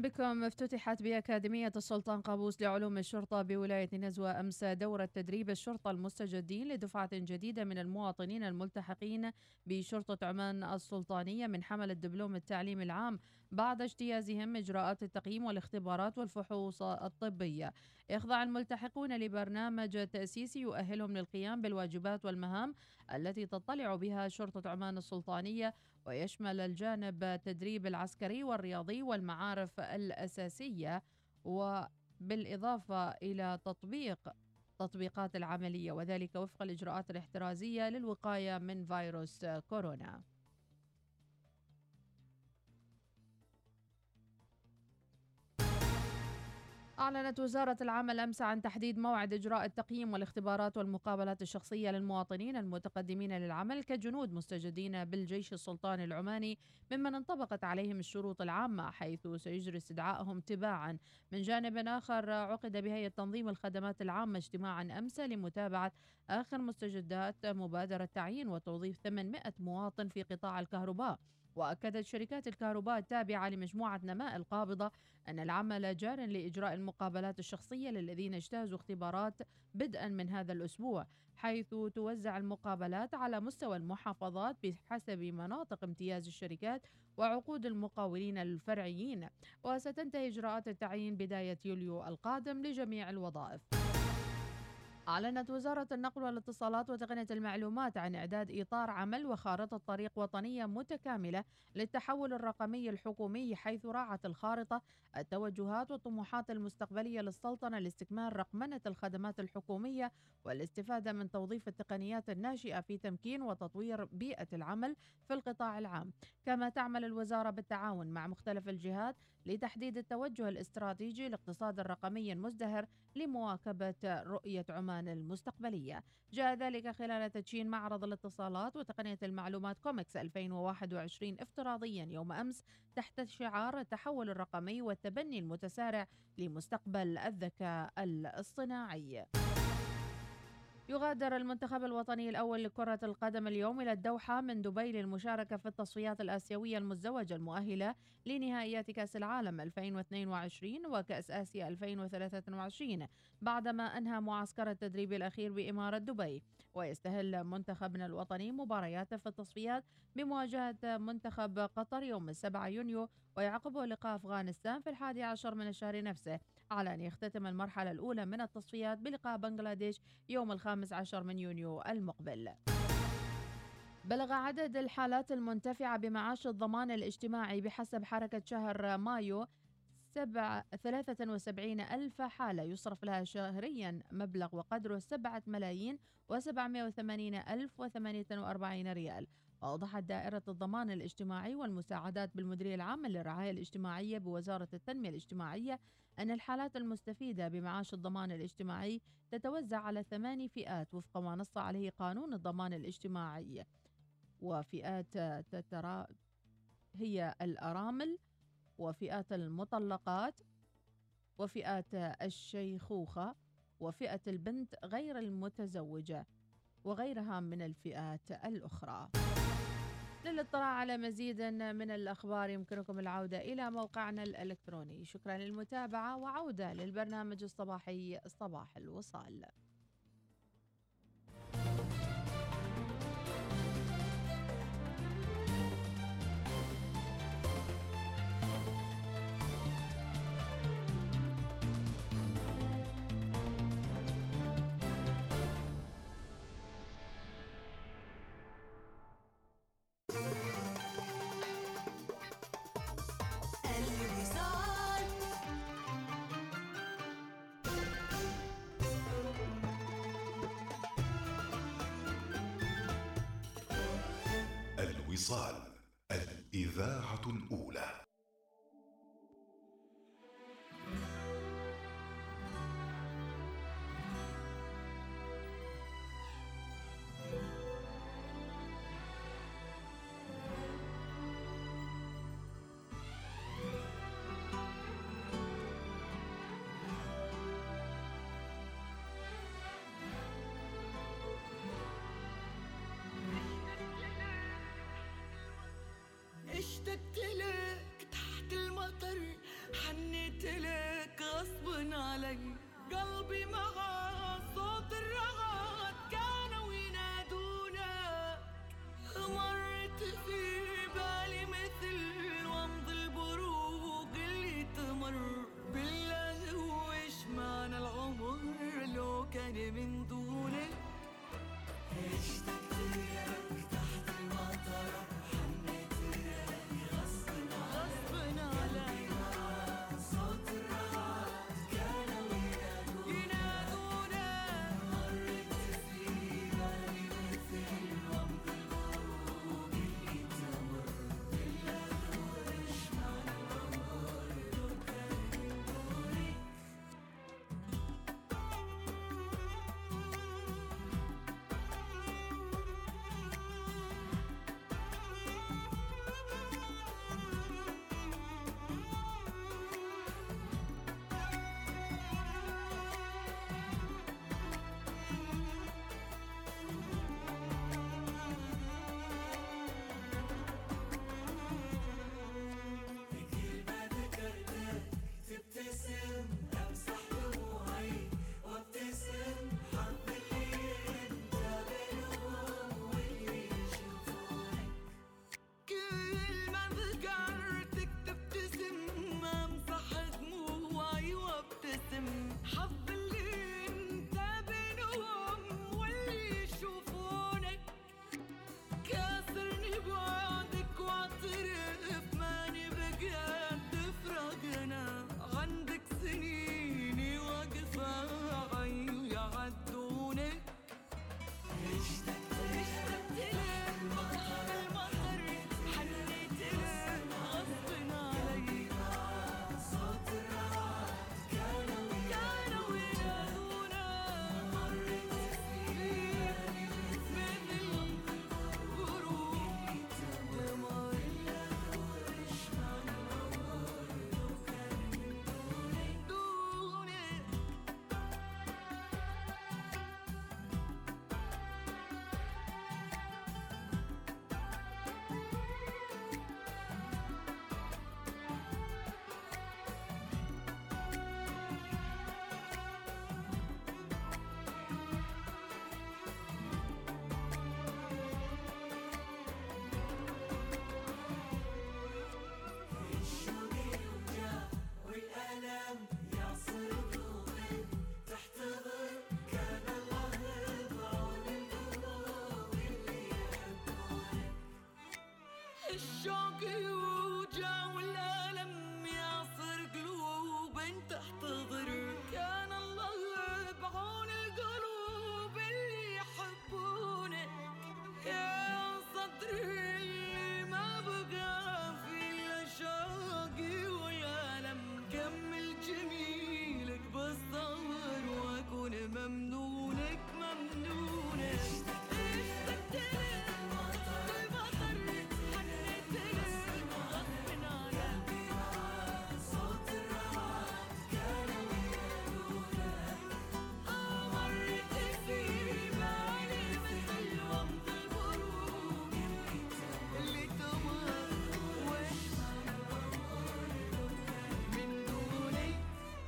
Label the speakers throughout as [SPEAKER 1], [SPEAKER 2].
[SPEAKER 1] بكم. افتتحت بأكاديمية السلطان قابوس لعلوم الشرطة بولاية نزوة أمس دورة تدريب الشرطة المستجدين لدفعة جديدة من المواطنين الملتحقين بشرطة عمان السلطانية من حمل الدبلوم التعليم العام بعد اجتيازهم إجراءات التقييم والاختبارات والفحوص الطبية. يخضع الملتحقون لبرنامج تأسيسي يؤهلهم للقيام بالواجبات والمهام التي تطلع بها شرطة عمان السلطانية، ويشمل الجانب التدريب العسكري والرياضي والمعارف الأساسية، وبالإضافة إلى تطبيقات العملية، وذلك وفق الإجراءات الاحترازية للوقاية من فيروس كورونا. أعلنت وزارة العمل أمس عن تحديد موعد إجراء التقييم والاختبارات والمقابلات الشخصية للمواطنين المتقدمين للعمل كجنود مستجدين بالجيش السلطاني العماني ممن انطبقت عليهم الشروط العامة، حيث سيجري استدعائهم تباعا. من جانب آخر، عقد بهيئة تنظيم الخدمات العامة اجتماعا أمس لمتابعة آخر مستجدات مبادرة تعيين وتوظيف 800 مواطن في قطاع الكهرباء. وأكدت شركات الكهرباء التابعة لمجموعة نماء القابضة أن العمل جار لإجراء المقابلات الشخصية للذين اجتازوا اختبارات بدءا من هذا الأسبوع، حيث توزع المقابلات على مستوى المحافظات بحسب مناطق امتياز الشركات وعقود المقاولين الفرعيين. وستنتهي إجراءات التعيين بداية يوليو القادم لجميع الوظائف. أعلنت وزارة النقل والاتصالات وتقنية المعلومات عن إعداد إطار عمل وخارطة طريق وطنية متكاملة للتحول الرقمي الحكومي، حيث راعت الخارطة التوجهات والطموحات المستقبلية للسلطنة لاستكمال رقمنة الخدمات الحكومية والاستفادة من توظيف التقنيات الناشئة في تمكين وتطوير بيئة العمل في القطاع العام. كما تعمل الوزارة بالتعاون مع مختلف الجهات لتحديد التوجه الاستراتيجي لاقتصاد الرقمي المزدهر لمواكبة رؤية عمان المستقبلية. جاء ذلك خلال تدشين معرض الاتصالات وتقنية المعلومات كوميكس 2021 افتراضيا يوم أمس تحت شعار التحول الرقمي والتبني المتسارع لمستقبل الذكاء الاصطناعي. يغادر المنتخب الوطني الأول لكرة القدم اليوم إلى الدوحة من دبي للمشاركة في التصفيات الآسيوية المزدوجة المؤهلة لنهائيات كأس العالم 2022 وكأس آسيا 2023، بعدما أنهى معسكر التدريب الأخير بإمارة دبي. ويستهل منتخبنا الوطني مبارياته في التصفيات بمواجهة منتخب قطر يوم 7 يونيو، ويعقبه لقاء أفغانستان في 11 من الشهر نفسه، على أن يختتم المرحلة الأولى من التصفيات بلقاء بنغلاديش يوم 15 من يونيو المقبل. بلغ عدد الحالات المنتفعة بمعاش الضمان الاجتماعي بحسب حركة شهر مايو 73 ألف حالة يصرف لها شهريا مبلغ وقدره 7,780,048 ريال. وأوضحت دائرة الضمان الاجتماعي والمساعدات بالمديرية العامة للرعاية الاجتماعية بوزارة التنمية الاجتماعية أن الحالات المستفيدة بمعاش الضمان الاجتماعي تتوزع على 8 فئات وفق ما نص عليه قانون الضمان الاجتماعي. وفئات تترا هي الأرامل، وفئات المطلقات، وفئات الشيخوخة، وفئة البنت غير المتزوجة، وغيرها من الفئات الأخرى. للاطلاع على مزيد من الأخبار يمكنكم العودة إلى موقعنا الإلكتروني. شكرا للمتابعة، وعودة للبرنامج الصباحي صباح الوصال.
[SPEAKER 2] الوصال. الوصال، الإذاعة الأولى. اشتقت لك تحت المطر،
[SPEAKER 3] حنيت لك غصب علي، قلبي مع صوت الرعد كانوا ينادونك. مرت في بالي مثل ومض البروق اللي تمر. بالله وش معنى العمر لو كان من دونك؟ اشتقت لك تحت المطر، حنيت لك غصب علي، صوت الرعد كانوا ينادونا. مرت في بالي مثل ومض البروق اللي تمر. بالله وش معنى العمر لو كان من دونك؟ كل ما ذكرتك تبتسم، أمسح دموعي وابتسم. حظ اللي انت بينهم واللي يشوفونك. كل ما ذكرتك تبتسم، أمسح دموعي وابتسم. حظ اللي انت بينهم واللي يشوفونك. كاسرني بعدك واعترف ماني بقد فراقنا. عندك سنيني واقفة يعدونك. اشتقت لك المطر، حنيت لك غصب علي، صوت الرعد كانوا ينادونا. مرت في بالي مثل الغروب تمر. وش معنى العمر لو كان من دونك؟ الشوق يوجع والألم يعصر قلوبي، تحتضر كان الله بعون القلوب اللي يحبونك. الشوق يوجع والألم يعصر قلوب تحتضر. كان الله بعون القلوب اللي يحبونك. يا صدري اللي ما بقى في إلا شوقي والألم، كمل جميلك بالصبر وأكون ممنونك. اشتقت لك المطر، حنيت لك غصب علي، صوت الرعد كانوا ينادونك. مرت في بالي مثل ومض البروق اللي تمر. وش معنى العمر لو كان من دونك؟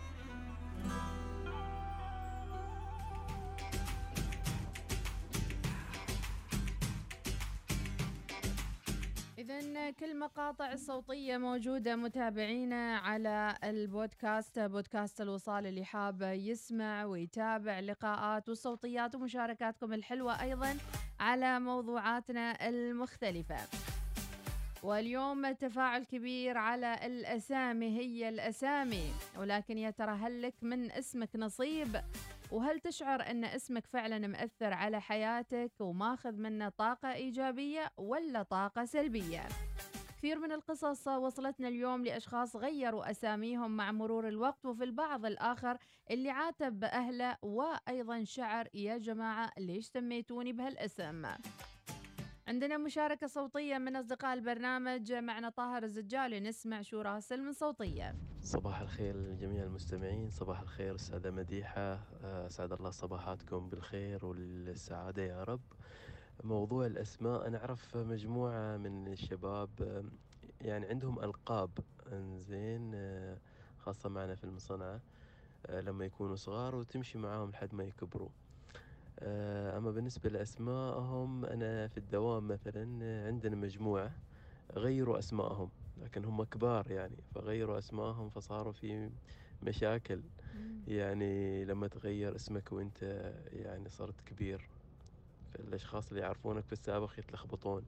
[SPEAKER 1] إذن كل مقاطع الصوتية موجودة متابعينا على البودكاست، بودكاست الوصال، اللي حاب يسمع ويتابع لقاءات والصوتيات ومشاركاتكم الحلوة أيضا على موضوعاتنا المختلفة. واليوم تفاعل كبير على الأسامي، هي الأسامي، ولكن يا ترى هل لك من اسمك نصيب؟ وهل تشعر أن اسمك فعلا مأثر على حياتك وماخذ منه طاقة إيجابية ولا طاقة سلبية؟ كثير من القصص وصلتنا اليوم لأشخاص غيروا أساميهم مع مرور الوقت، وفي البعض الآخر اللي عاتب أهله وأيضا شعر يا جماعة ليش سميتوني بهالاسم. عندنا مشاركة صوتية من أصدقاء البرنامج، معنا طاهر الزجالي، نسمع شو راسل من صوتية.
[SPEAKER 4] صباح الخير لجميع المستمعين، صباح الخير أستاذة مديحة، أسعد الله صباحاتكم بالخير والسعادة يا رب. موضوع الأسماء، أنا أعرف مجموعة من الشباب يعني عندهم ألقاب، إنزين خاصة معنا في المصنعة لما يكونوا صغار وتمشي معاهم لحد ما يكبروا. أما بالنسبة لأسمائهم، أنا في الدوام مثلا عندنا مجموعة غيروا أسمائهم، لكن هم كبار يعني، فغيروا أسمائهم فصاروا في مشاكل.
[SPEAKER 1] مم.
[SPEAKER 4] يعني لما تغير اسمك وانت يعني صرت كبير، فالأشخاص اللي يعرفونك في السابق يتلخبطون.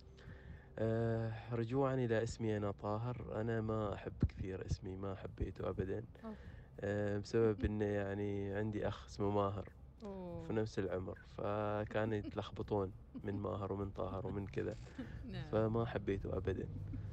[SPEAKER 4] رجوعا إلى اسمي أنا طاهر، أنا ما أحب كثير اسمي، ما حبيته أبدا.
[SPEAKER 1] أوف.
[SPEAKER 4] بسبب إنه يعني عندي أخ اسمه ماهر في
[SPEAKER 1] أوه.
[SPEAKER 4] نفس العمر، فكانوا يتلخبطون من ماهر ومن طاهر ومن كذا،
[SPEAKER 1] نعم.
[SPEAKER 4] فما حبيته أبدا.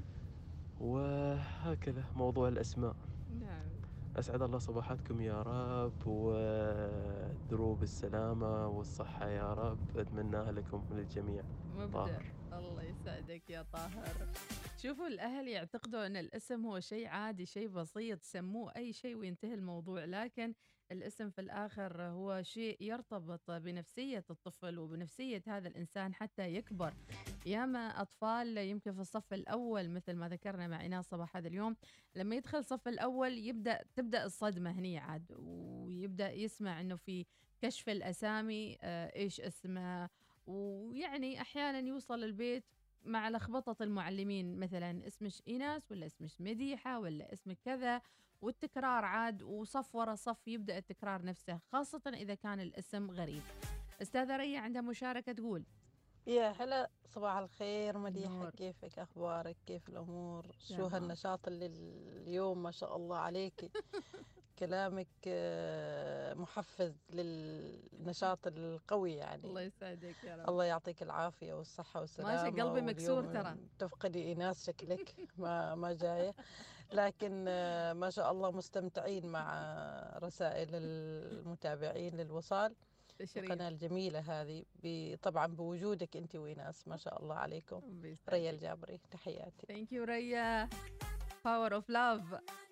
[SPEAKER 4] وهكذا موضوع الأسماء.
[SPEAKER 1] نعم.
[SPEAKER 4] أسعد الله صباحاتكم يا رب، ودروب السلامة والصحة يا رب أتمناها لكم وللجميع.
[SPEAKER 1] مبدع.
[SPEAKER 4] طاهر.
[SPEAKER 1] الله يسعدك يا طاهر. شوفوا الأهل يعتقدوا أن الاسم هو شيء عادي، شيء بسيط، سموه أي شيء وينتهي الموضوع، لكن الاسم في الآخر هو شيء يرتبط بنفسية الطفل وبنفسية هذا الإنسان حتى يكبر. ياما أطفال يمكن في الصف الأول مثل ما ذكرنا مع إيناس صباح هذا اليوم، لما يدخل الصف الأول تبدأ الصدمة هني عاد، ويبدأ يسمع أنه في كشف الأسامي، إيش اسمه، ويعني أحيانا يوصل البيت مع لخبطة المعلمين، مثلا اسمش إيناس ولا اسمش مديحة ولا اسمك كذا، والتكرار عاد، وصف ورا صف يبدأ التكرار نفسه، خاصة إذا كان الاسم غريب. أستاذة ريا عندها مشاركة تقول.
[SPEAKER 5] يا هلا، صباح الخير مديحة،
[SPEAKER 1] نور.
[SPEAKER 5] كيفك؟ أخبارك؟ كيف الأمور؟ شو
[SPEAKER 1] تمام.
[SPEAKER 5] هالنشاط اللي اليوم ما شاء الله عليك. كلامك محفز للنشاط القوي يعني.
[SPEAKER 1] الله يسعدك يا رب.
[SPEAKER 5] الله يعطيك العافية والصحة
[SPEAKER 1] ماشي،
[SPEAKER 5] والسلامة.
[SPEAKER 1] قلبي مكسور
[SPEAKER 5] واليوم
[SPEAKER 1] ترى.
[SPEAKER 5] تفقدي إيناس شكلك ما جاية، لكن ما شاء الله مستمتعين مع رسائل المتابعين للوصال.
[SPEAKER 1] تشريف.
[SPEAKER 5] القناة الجميلة هذه طبعا بوجودك أنت وإيناس، ما شاء الله عليكم.
[SPEAKER 1] ربي
[SPEAKER 5] ريا
[SPEAKER 1] يسعدك.
[SPEAKER 5] الجابري، تحياتي.
[SPEAKER 1] ثانك يو ريا. باور اوف لاف.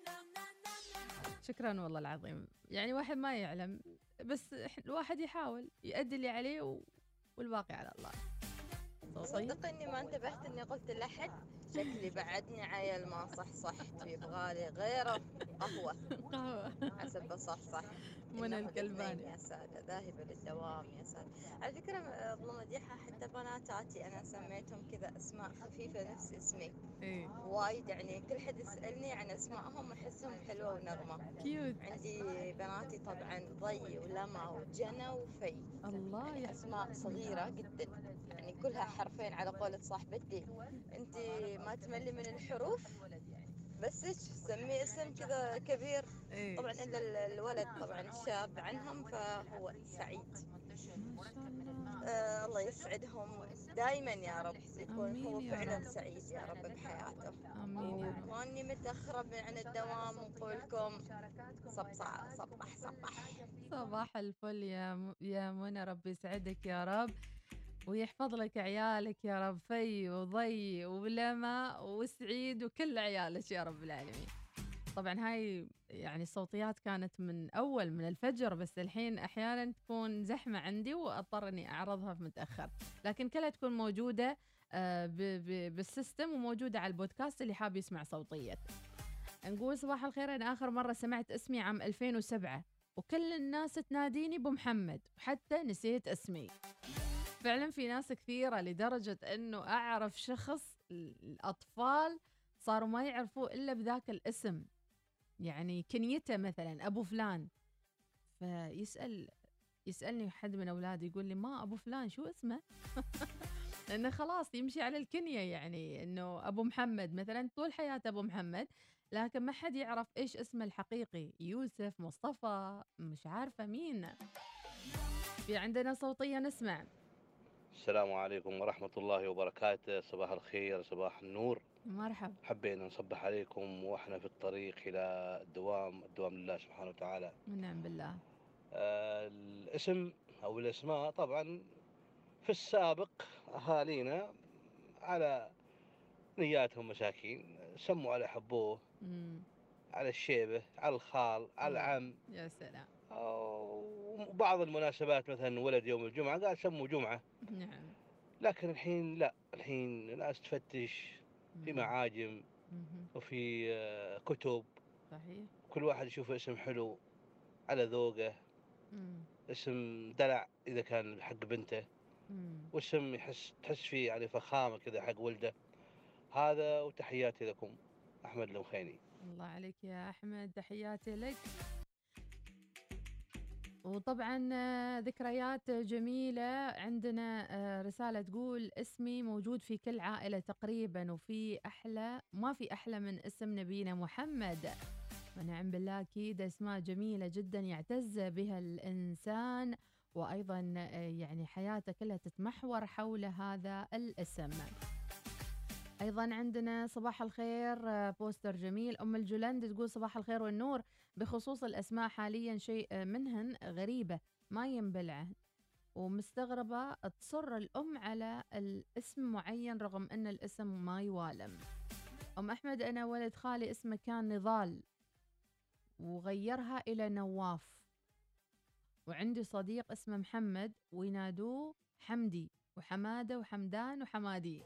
[SPEAKER 1] شكرا والله العظيم، يعني واحد ما يعلم، بس الواحد يحاول يؤدي اللي عليه والباقي على الله. صوتي.
[SPEAKER 6] صدق اني ما انتبهت اني قلت لحد، شكلي بعدني عيل ما صحصحت، يبغالي غيره قهوة
[SPEAKER 1] قهوة.
[SPEAKER 6] حسب صحصح.
[SPEAKER 1] منى
[SPEAKER 6] إنهم
[SPEAKER 1] الكلباني.
[SPEAKER 6] الاثنين يا سادة، ذاهبة للدوام يا سادة. على فكرة أبو مديحة، حتى بناتاتي أنا سميتهم كذا أسماء خفيفة نفس اسمي
[SPEAKER 1] ايه
[SPEAKER 6] وايد، يعني كل حد يسألني عن أسمائهم أحسهم حلوة ونغمة.
[SPEAKER 1] كيوت.
[SPEAKER 6] عندي بناتي طبعا ضي ولما وجنى وفي،
[SPEAKER 1] الله
[SPEAKER 6] يعني أسماء صغيرة جدا، يعني كلها حرفين على قولة صاحبتي. أنت ما تملي من الحروف، بس إيش سمي اسم كذا كبير.
[SPEAKER 1] ايه
[SPEAKER 6] طبعا إلا الولد طبعا الشاب عنهم فهو سعيد.
[SPEAKER 1] ما شاء الله.
[SPEAKER 6] الله يسعدهم دايما يا رب، يكون هو
[SPEAKER 1] امين يا
[SPEAKER 6] فعلا
[SPEAKER 1] رب.
[SPEAKER 6] سعيد يا رب بحياته.
[SPEAKER 1] امين يا رب.
[SPEAKER 6] واني متأخرة عن الدوام، ونقولكم صباح صباح صباح.
[SPEAKER 1] صباح الفل يا منى، ربي يسعدك يا رب ويحفظ لك عيالك يا رب، في وضي ولما وسعيد وكل عيالك يا رب العالمين. طبعا هاي يعني الصوتيات كانت من أول من الفجر، بس الحين أحيانا تكون زحمة عندي وأضطر أني أعرضها في متأخر، لكن كلها تكون موجودة بالسيستم، وموجودة على البودكاست اللي حاب يسمع صوتية. نقول صباح الخير، أنا آخر مرة سمعت اسمي عام 2007، وكل الناس تناديني بمحمد وحتى نسيت اسمي. فعلا في ناس كثيرة، لدرجة أنه أعرف شخص الأطفال صاروا ما يعرفوه إلا بذاك الاسم، يعني كنيته مثلا أبو فلان، يسألني حد من أولادي يقول لي ما أبو فلان شو اسمه. لأنه خلاص يمشي على الكنية، يعني أنه أبو محمد مثلا طول حياته أبو محمد، لكن ما حد يعرف إيش اسمه الحقيقي، يوسف، مصطفى، مش عارفة مين. في عندنا صوتية نسمع.
[SPEAKER 7] السلام عليكم ورحمة الله وبركاته، صباح الخير، صباح النور.
[SPEAKER 1] مرحب.
[SPEAKER 7] حبينا نصبح عليكم وإحنا في الطريق إلى الدوام لله سبحانه وتعالى.
[SPEAKER 1] ونعم بالله.
[SPEAKER 7] الاسم أو الأسماء طبعا في السابق أهالينا على نياتهم مساكين سموا على حبوه، على الشيبة، على الخال، على العم.
[SPEAKER 1] يا سلام.
[SPEAKER 7] وبعض المناسبات مثلا ولد يوم الجمعة قال سموا جمعة.
[SPEAKER 1] نعم.
[SPEAKER 7] لكن الحين لا، الحين الناس تفتش في معاجم وفي كتب
[SPEAKER 1] صحيح.
[SPEAKER 7] كل واحد يشوف اسم حلو على ذوقه،
[SPEAKER 1] إمم.
[SPEAKER 7] اسم دلع إذا كان حق بنته،
[SPEAKER 1] إمم.
[SPEAKER 7] واسم تحس فيه يعني فخامة كذا حق ولده. هذا وتحياتي لكم، أحمد المخيني.
[SPEAKER 1] الله عليك يا أحمد، تحياتي لك. وطبعًا ذكريات جميلة. عندنا رسالة تقول: اسمي موجود في كل عائلة تقريبًا، ما في أحلى من اسم نبينا محمد. ونعم بالله، أكيد أسماء جميلة جدًا يعتز بها الإنسان، وأيضًا يعني حياته كلها تتمحور حول هذا الاسم. أيضًا عندنا صباح الخير، بوستر جميل. أم الجولند تقول: صباح الخير والنور، بخصوص الأسماء حاليًا شيء منهن غريبة ما ينبلعه، ومستغربة تصر الأم على الاسم معين رغم أن الاسم ما يوالم. أم أحمد: أنا ولد خالي اسمه كان نضال وغيرها إلى نواف، وعندي صديق اسمه محمد وينادوه حمدي وحمادة وحمدان وحمادي.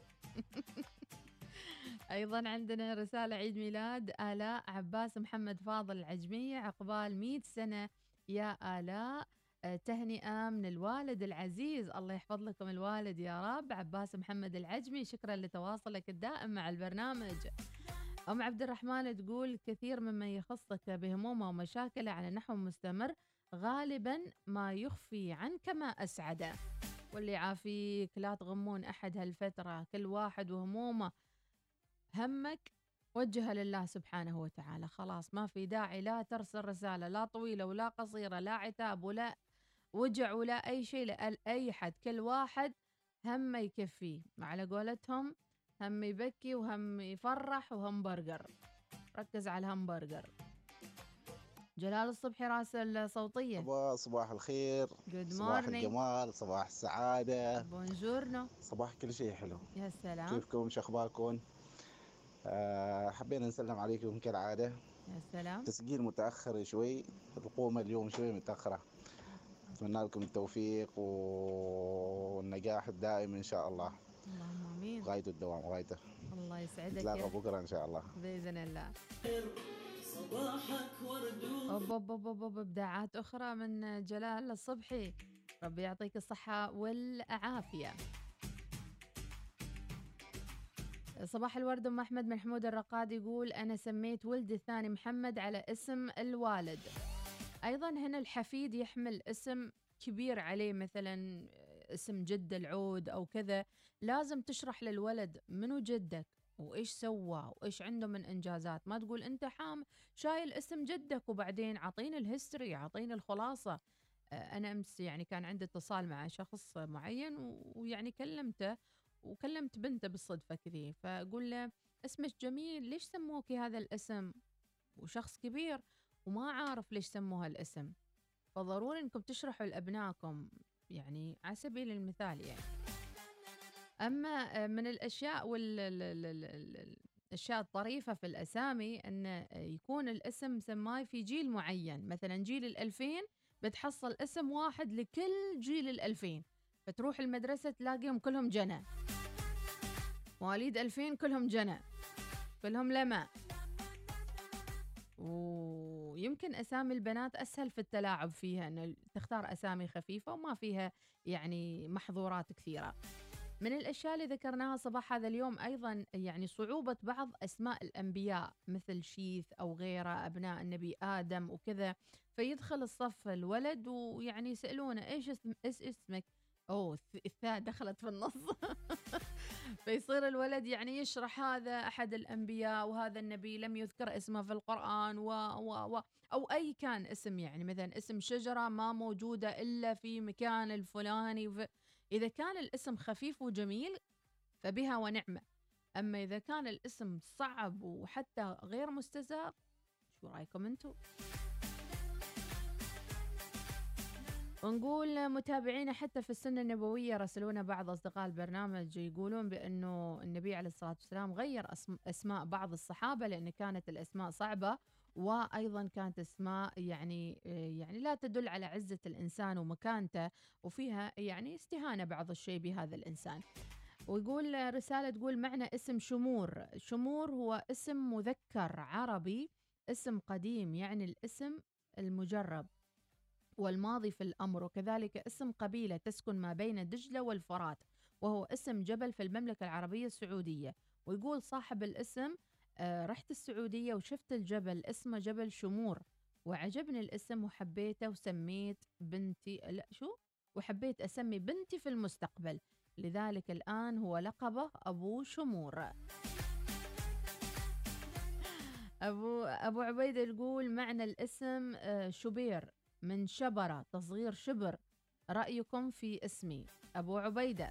[SPEAKER 1] أيضًا عندنا رسالة عيد ميلاد آلاء عباس محمد فاضل العجمية، عقبال 100 سنة يا آلاء. تهنئة من الوالد العزيز، الله يحفظ لكم الوالد يا رب، عباس محمد العجمي. شكرًا لتواصلك الدائم مع البرنامج. أم عبد الرحمن تقول: كثير مما يخصك بهمومه ومشاكله على نحو مستمر غالبًا ما يخفي عنك ما أسعده. واللي يعافيك، لا تغمون أحد هالفترة، كل واحد وهمومه. همك وجهه لله سبحانه وتعالى، خلاص ما في داعي لا ترسل رسالة لا طويلة ولا قصيرة، لا عتاب ولا وجع ولا أي شيء لأي حد. كل واحد همه يكفيه، على قولتهم هم يبكي وهم يفرح وهم برجر. ركز على الهمبرجر. جلال الصبحي راسل صوتية.
[SPEAKER 8] صباح الخير،
[SPEAKER 1] جود
[SPEAKER 8] صباح
[SPEAKER 1] مورنينج.
[SPEAKER 8] الجمال، صباح السعادة،
[SPEAKER 1] بونجورنو.
[SPEAKER 8] صباح كل شيء حلو.
[SPEAKER 1] يا سلام.
[SPEAKER 8] كيفكم؟ شو أخباركم؟ حبينا نسلم عليكم كالعادة.
[SPEAKER 1] يا سلام.
[SPEAKER 8] تسجيل متأخر شوي، القومة اليوم شوي متأخرة. أتمنى لكم التوفيق والنجاح الدائم إن شاء الله،
[SPEAKER 1] اللهم آمين.
[SPEAKER 8] غاية الدوام غايته.
[SPEAKER 1] الله يسعدك
[SPEAKER 8] نتلاقى
[SPEAKER 1] يا
[SPEAKER 8] بكرة إن شاء الله
[SPEAKER 1] بإذن الله.
[SPEAKER 3] صباحك ورد
[SPEAKER 1] أوب أوب أوب أوب أوب، إبداعات أخرى من جلال الصبحي، ربي يعطيك الصحة والعافية. صباح الورد. أم أحمد من حمود الرقاد يقول: أنا سميت ولدي الثاني محمد على اسم الوالد. أيضا هنا الحفيد يحمل اسم كبير عليه، مثلا اسم جد العود أو كذا، لازم تشرح للولد منو جدك وإيش سوى وإيش عنده من إنجازات. ما تقول أنت شايل اسم جدك وبعدين عطيني الهيستوري، عطيني الخلاصة. أنا أمس يعني كان عندي اتصال مع شخص معين ويعني كلمته وكلمت بنته بالصدفة كذي، فأقول له: اسمك جميل، ليش سموكي هذا الاسم؟ وشخص كبير وما عارف ليش سموها الاسم. فضروري انكم تشرحوا لابنائكم، يعني على سبيل المثال يعني. اما من الاشياء الاشياء الطريفه في الاسامي ان يكون الاسم سماي في جيل معين، مثلا جيل الألفين بتحصل اسم واحد لكل جيل الألفين، فتروح المدرسه تلاقيهم كلهم جنى، مواليد 2000 كلهم جنى، كلهم لما. ويمكن أسامي البنات أسهل في التلاعب فيها، أن تختار أسامي خفيفة وما فيها يعني محظورات كثيرة. من الأشياء اللي ذكرناها صباح هذا اليوم أيضا يعني صعوبة بعض أسماء الأنبياء مثل شيث أو غيره، أبناء النبي آدم وكذا، فيدخل الصف الولد ويعني يسألونه: إيش اسمك؟ أوه، الثاء دخلت في النص. فيصير الولد يعني يشرح هذا أحد الأنبياء وهذا النبي لم يذكر اسمه في القرآن أو أي كان اسم، يعني مثلا اسم شجرة ما موجودة إلا في مكان الفلاني. إذا كان الاسم خفيف وجميل فبها ونعمة، أما إذا كان الاسم صعب وحتى غير مستزاغ، شو رأيكم أنتم؟ ونقول متابعينا حتى في السنة النبوية رسلونا بعض أصدقاء البرنامج يقولون بأنه النبي عليه الصلاة والسلام غير أسماء بعض الصحابة لأن كانت الأسماء صعبة، وأيضا كانت أسماء يعني لا تدل على عزة الإنسان ومكانته، وفيها يعني استهانة بعض الشيء بهذا الإنسان. ويقول رسالة تقول: معنى اسم شمور. شمور هو اسم مذكر عربي اسم قديم يعني الاسم المجرب والماضي في الأمر، وكذلك اسم قبيلة تسكن ما بين دجلة والفرات، وهو اسم جبل في المملكة العربية السعودية. ويقول صاحب الاسم رحت السعودية وشفت الجبل اسمه جبل شمور، وعجبني الاسم وحبيته وسميت بنتي، لا شو، وحبيت أسمي بنتي في المستقبل، لذلك الآن هو لقبه أبو شمور. أبو عبيدة يقول معنى الاسم شبير من شبرة تصغير شبر، رأيكم في اسمي؟ أبو عبيدة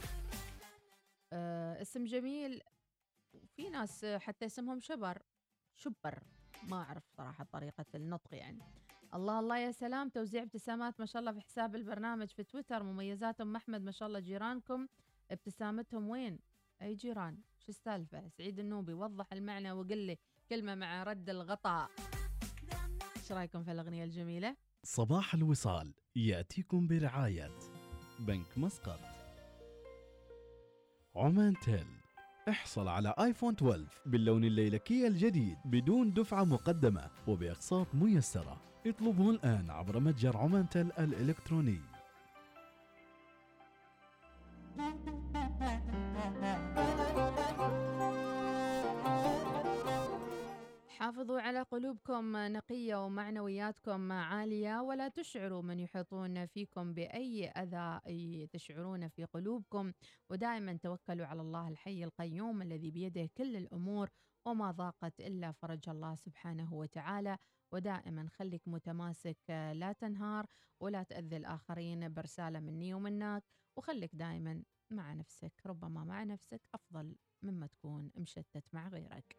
[SPEAKER 1] اسم جميل، وفي ناس حتى اسمهم شبر، ما أعرف صراحة طريقة النطق يعني. الله الله يا سلام، توزيع ابتسامات ما شاء الله في حساب البرنامج في تويتر، مميزات أم أحمد ما شاء الله. جيرانكم ابتسامتهم وين؟ أي جيران؟ شو السالفة؟ سعيد النوبي وضح المعنى وقل لي كلمة مع رد الغطاء. ايش رايكم في الأغنية الجميلة؟
[SPEAKER 9] صباح الوصال يأتيكم برعاية بنك مسقط، عمان تيل. احصل على آيفون 12 باللون الليلكي الجديد بدون دفعة مقدمة وبأقساط ميسرة. اطلبه الآن عبر متجر عمان تيل الإلكتروني.
[SPEAKER 1] حافظوا على قلوبكم نقية ومعنوياتكم عالية، ولا تشعروا من يحيطون فيكم بأي أذى تشعرون في قلوبكم، ودائما توكلوا على الله الحي القيوم الذي بيده كل الأمور، وما ضاقت إلا فرج الله سبحانه وتعالى. ودائما خليك متماسك، لا تنهار ولا تأذي الآخرين برسالة مني ومنك، وخليك دائما مع نفسك، ربما مع نفسك أفضل مما تكون مشتت مع غيرك.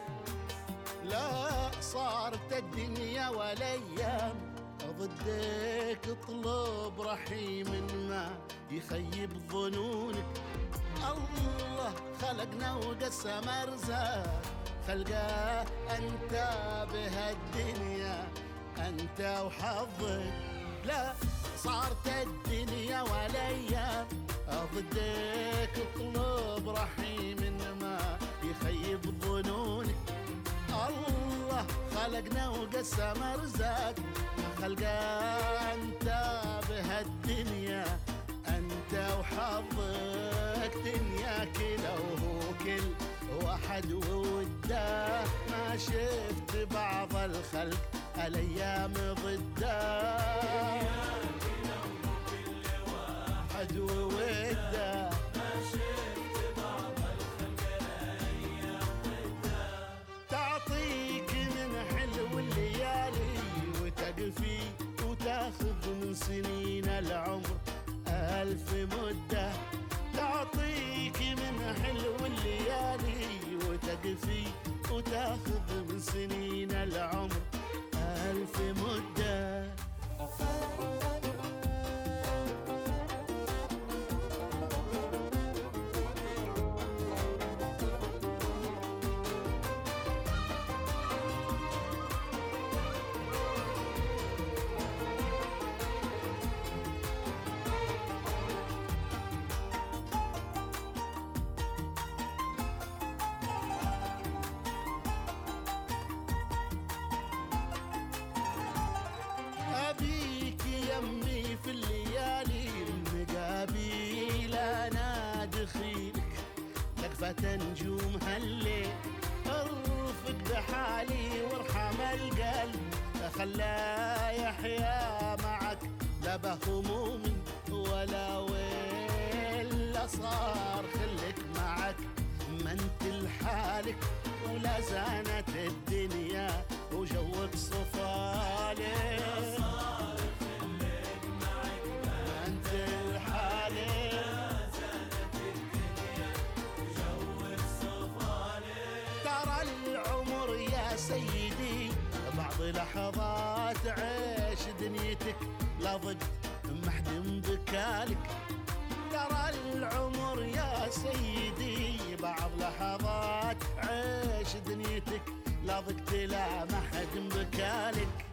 [SPEAKER 10] لا صارت الدنيا والايام ضدك، اطلب رحيم ما يخيب ظنونك. الله خلقنا وقسم ارزاق، خلقه انت بهالدنيا انت وحظك. لا صارت الدنيا والايام ضدك، اطلب رحيم ما يخيب ظنونك. الله خلقنا وقسم ارزاق، خلقه انت بهالدنيا انت وحظك. دنيا كله وهو كل واحد ووده، ما شفت بعض الخلق الايام ضده. دنيا كله وهو كل واحد ووده، ما شفت بعض الخلق الايام ضده. تعطيك من حلو الليالي وتقفي وتاخذ من سنين العمر 1000 مدة. تعطيك من حلو الليالي وتقفي وتاخذ من سنين العمر 1000 مدة. أبيك يمي في الليالي المقابيل أنا دخيلك، لقفة نجوم هالليل ارفق بحالي وارحم القلب، خلاه يحيا معك لا بهموم ولا ويل. لا صار خلك معك ما انت لحالك، ولا زانت الدنيا وجوك صفالك. صار خلك معك ما انت لحالك، لا زانت الدنيا وجوك صفالك. ترى العمر يا سيدي بعض لحظات عيش دنيتك لا ضد محدم بكالك. ترى العمر يا سيدي بعض لحظات عيش دنيتك لا ضقت لا محد بكالك.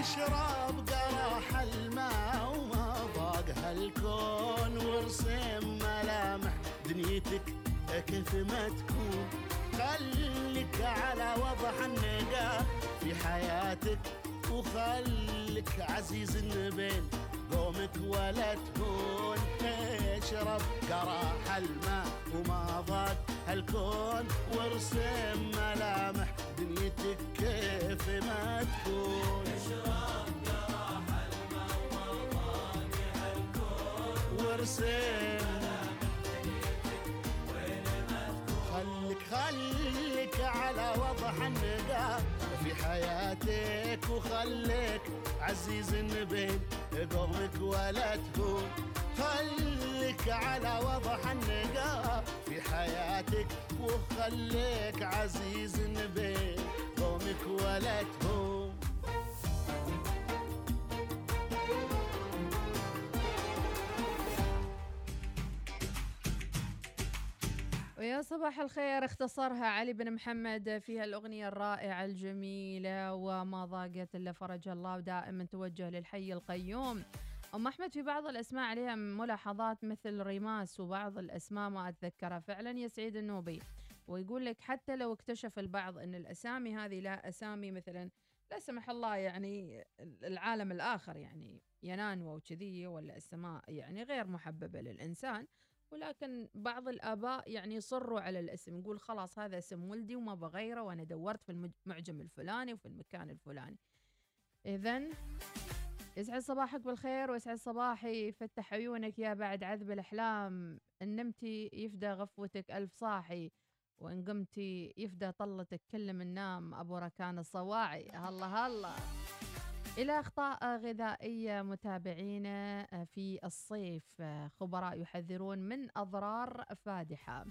[SPEAKER 10] اشرب قراح الماء وما ضاق هالكون وارسم ملامح دنيتك كيف ما تكون. خليك على وضح النقاء في حياتك وخليك عزيز بين قومك ولا تهون. اشرب قراح الماء وما ضاق هالكون وارسم ملامح دنيتك كيف ما تكون. اشرب قراح الماء وما ضاق هالكون وارسم خليك على وضح النقاء في حياتك وخليك عزيز بين قومك ولا تهون. خليك على وضح النقاء في حياتك وخليك عزيز بين قومك ولا تهون.
[SPEAKER 1] ويا صباح الخير اختصرها علي بن محمد في هالأغنية الرائعة الجميلة وما ضاقت إلا فرج الله، ودائما توجه للحي القيوم. أم أحمد في بعض الأسماء عليها ملاحظات مثل ريماس، وبعض الأسماء ما أتذكرها فعلا. يسعيد النوبي ويقول لك حتى لو اكتشف البعض أن الأسامي هذه لا أسامي مثلا لا سمح الله يعني العالم الآخر يعني ينانوى وكذي، ولا السماء يعني غير محببة للإنسان، ولكن بعض الآباء يعني يصروا على الاسم، يقول خلاص هذا اسم ولدي وما بغيره وأنا دورت في المعجم الفلاني وفي المكان الفلاني. إذن يسعد صباحك بالخير ويسعد صباحي، فتح عيونك يا بعد عذب الأحلام، إن نمتي يفدى غفوتك ألف صاحي، وإن قمتي يفدى طلتك كل من نام أبو ركان الصواعي. هلا هلا. إلى أخطاء غذائية متابعينا في الصيف، خبراء يحذرون من أضرار فادحة.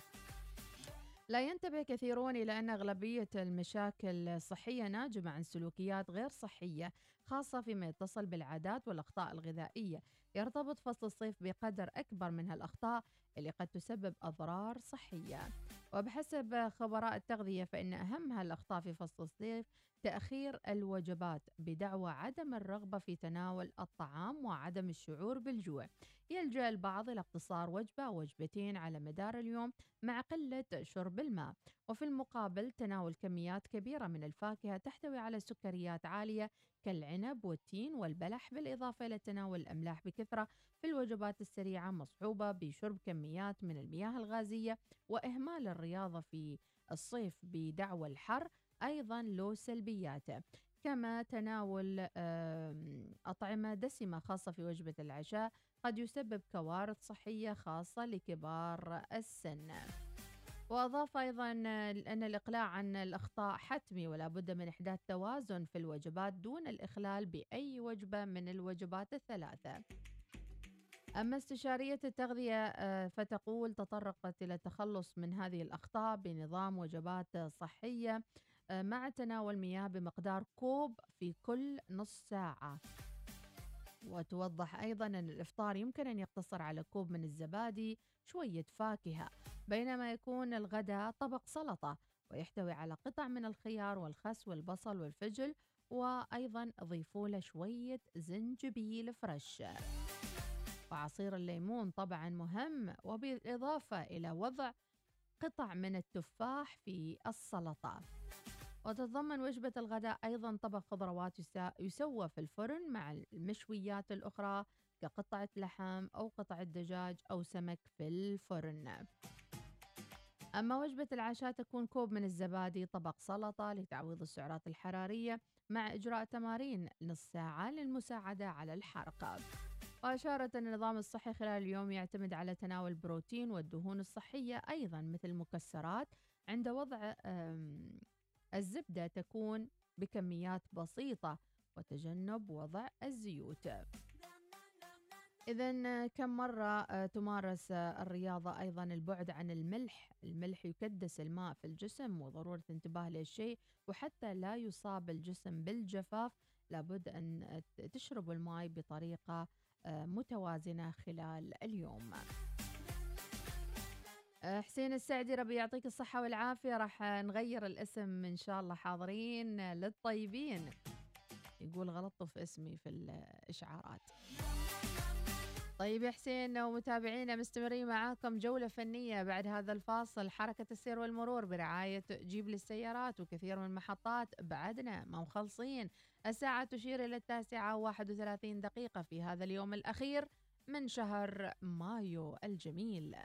[SPEAKER 1] لا ينتبه كثيرون إلى أن أغلبية المشاكل الصحية ناجمة عن سلوكيات غير صحية، خاصة فيما يتصل بالعادات والأخطاء الغذائية. يرتبط فصل الصيف بقدر أكبر من هالأخطاء اللي قد تسبب أضرار صحية. وبحسب خبراء التغذية فإن أهم هالأخطاء في فصل الصيف تأخير الوجبات بدعوى عدم الرغبة في تناول الطعام وعدم الشعور بالجوع. يلجأ البعض إلى اقتصار وجبة أو وجبتين على مدار اليوم مع قلة شرب الماء، وفي المقابل تناول كميات كبيرة من الفاكهة تحتوي على سكريات عالية كالعنب والتين والبلح، بالإضافة إلى تناول الأملاح بكثرة في الوجبات السريعة مصحوبة بشرب كميات من المياه الغازية، وإهمال الرياضة في الصيف بدعوى الحر أيضا له سلبياته. كما تناول أطعمة دسمة خاصة في وجبة العشاء قد يسبب كوارث صحية خاصة لكبار السن. وأضاف أيضا أن الإقلاع عن الأخطاء حتمي، ولا بد من إحداث توازن في الوجبات دون الإخلال بأي وجبة من الوجبات الثلاثة. أما استشارية التغذية فتقول تطرقت إلى التخلص من هذه الأخطاء بنظام وجبات صحية مع تناول مياه بمقدار كوب في كل نص ساعة. وتوضح أيضا أن الإفطار يمكن أن يقتصر على كوب من الزبادي، شوية فاكهة، بينما يكون الغداء طبق سلطة ويحتوي على قطع من الخيار والخس والبصل والفجل، وأيضا ضيفوا له شوية زنجبيل فريش. وعصير الليمون طبعا مهم، وبالإضافة إلى وضع قطع من التفاح في السلطة. وتتضمن وجبة الغداء أيضا طبق خضروات يسوى في الفرن مع المشويات الأخرى كقطعة لحم أو قطعة دجاج أو سمك في الفرن. أما وجبة العشاء تكون كوب من الزبادي، طبق سلطة لتعويض السعرات الحرارية مع إجراء تمارين نص ساعة للمساعدة على الحرق. وأشارت أن النظام الصحي خلال اليوم يعتمد على تناول البروتين والدهون الصحية أيضا مثل المكسرات، عند وضع الزبدة تكون بكميات بسيطة، وتجنب وضع الزيوت. إذن كم مرة تمارس الرياضة؟ أيضا البعد عن الملح يكدس الماء في الجسم، وضرورة انتباه للشيء، وحتى لا يصاب الجسم بالجفاف لابد أن تشرب الماء بطريقة متوازنة خلال اليوم. حسين السعدي ربي يعطيك الصحة والعافية، راح نغير الاسم إن شاء الله، حاضرين للطيبين. يقول غلطت في اسمي في الإشعارات. طيب يا حسين ومتابعينا مستمرين معاكم جولة فنية بعد هذا الفاصل. حركة السير والمرور برعاية جيب للسيارات وكثير من المحطات بعدنا ما مخلصين. الساعة تشير إلى 9:31 في هذا اليوم الأخير من شهر مايو الجميل.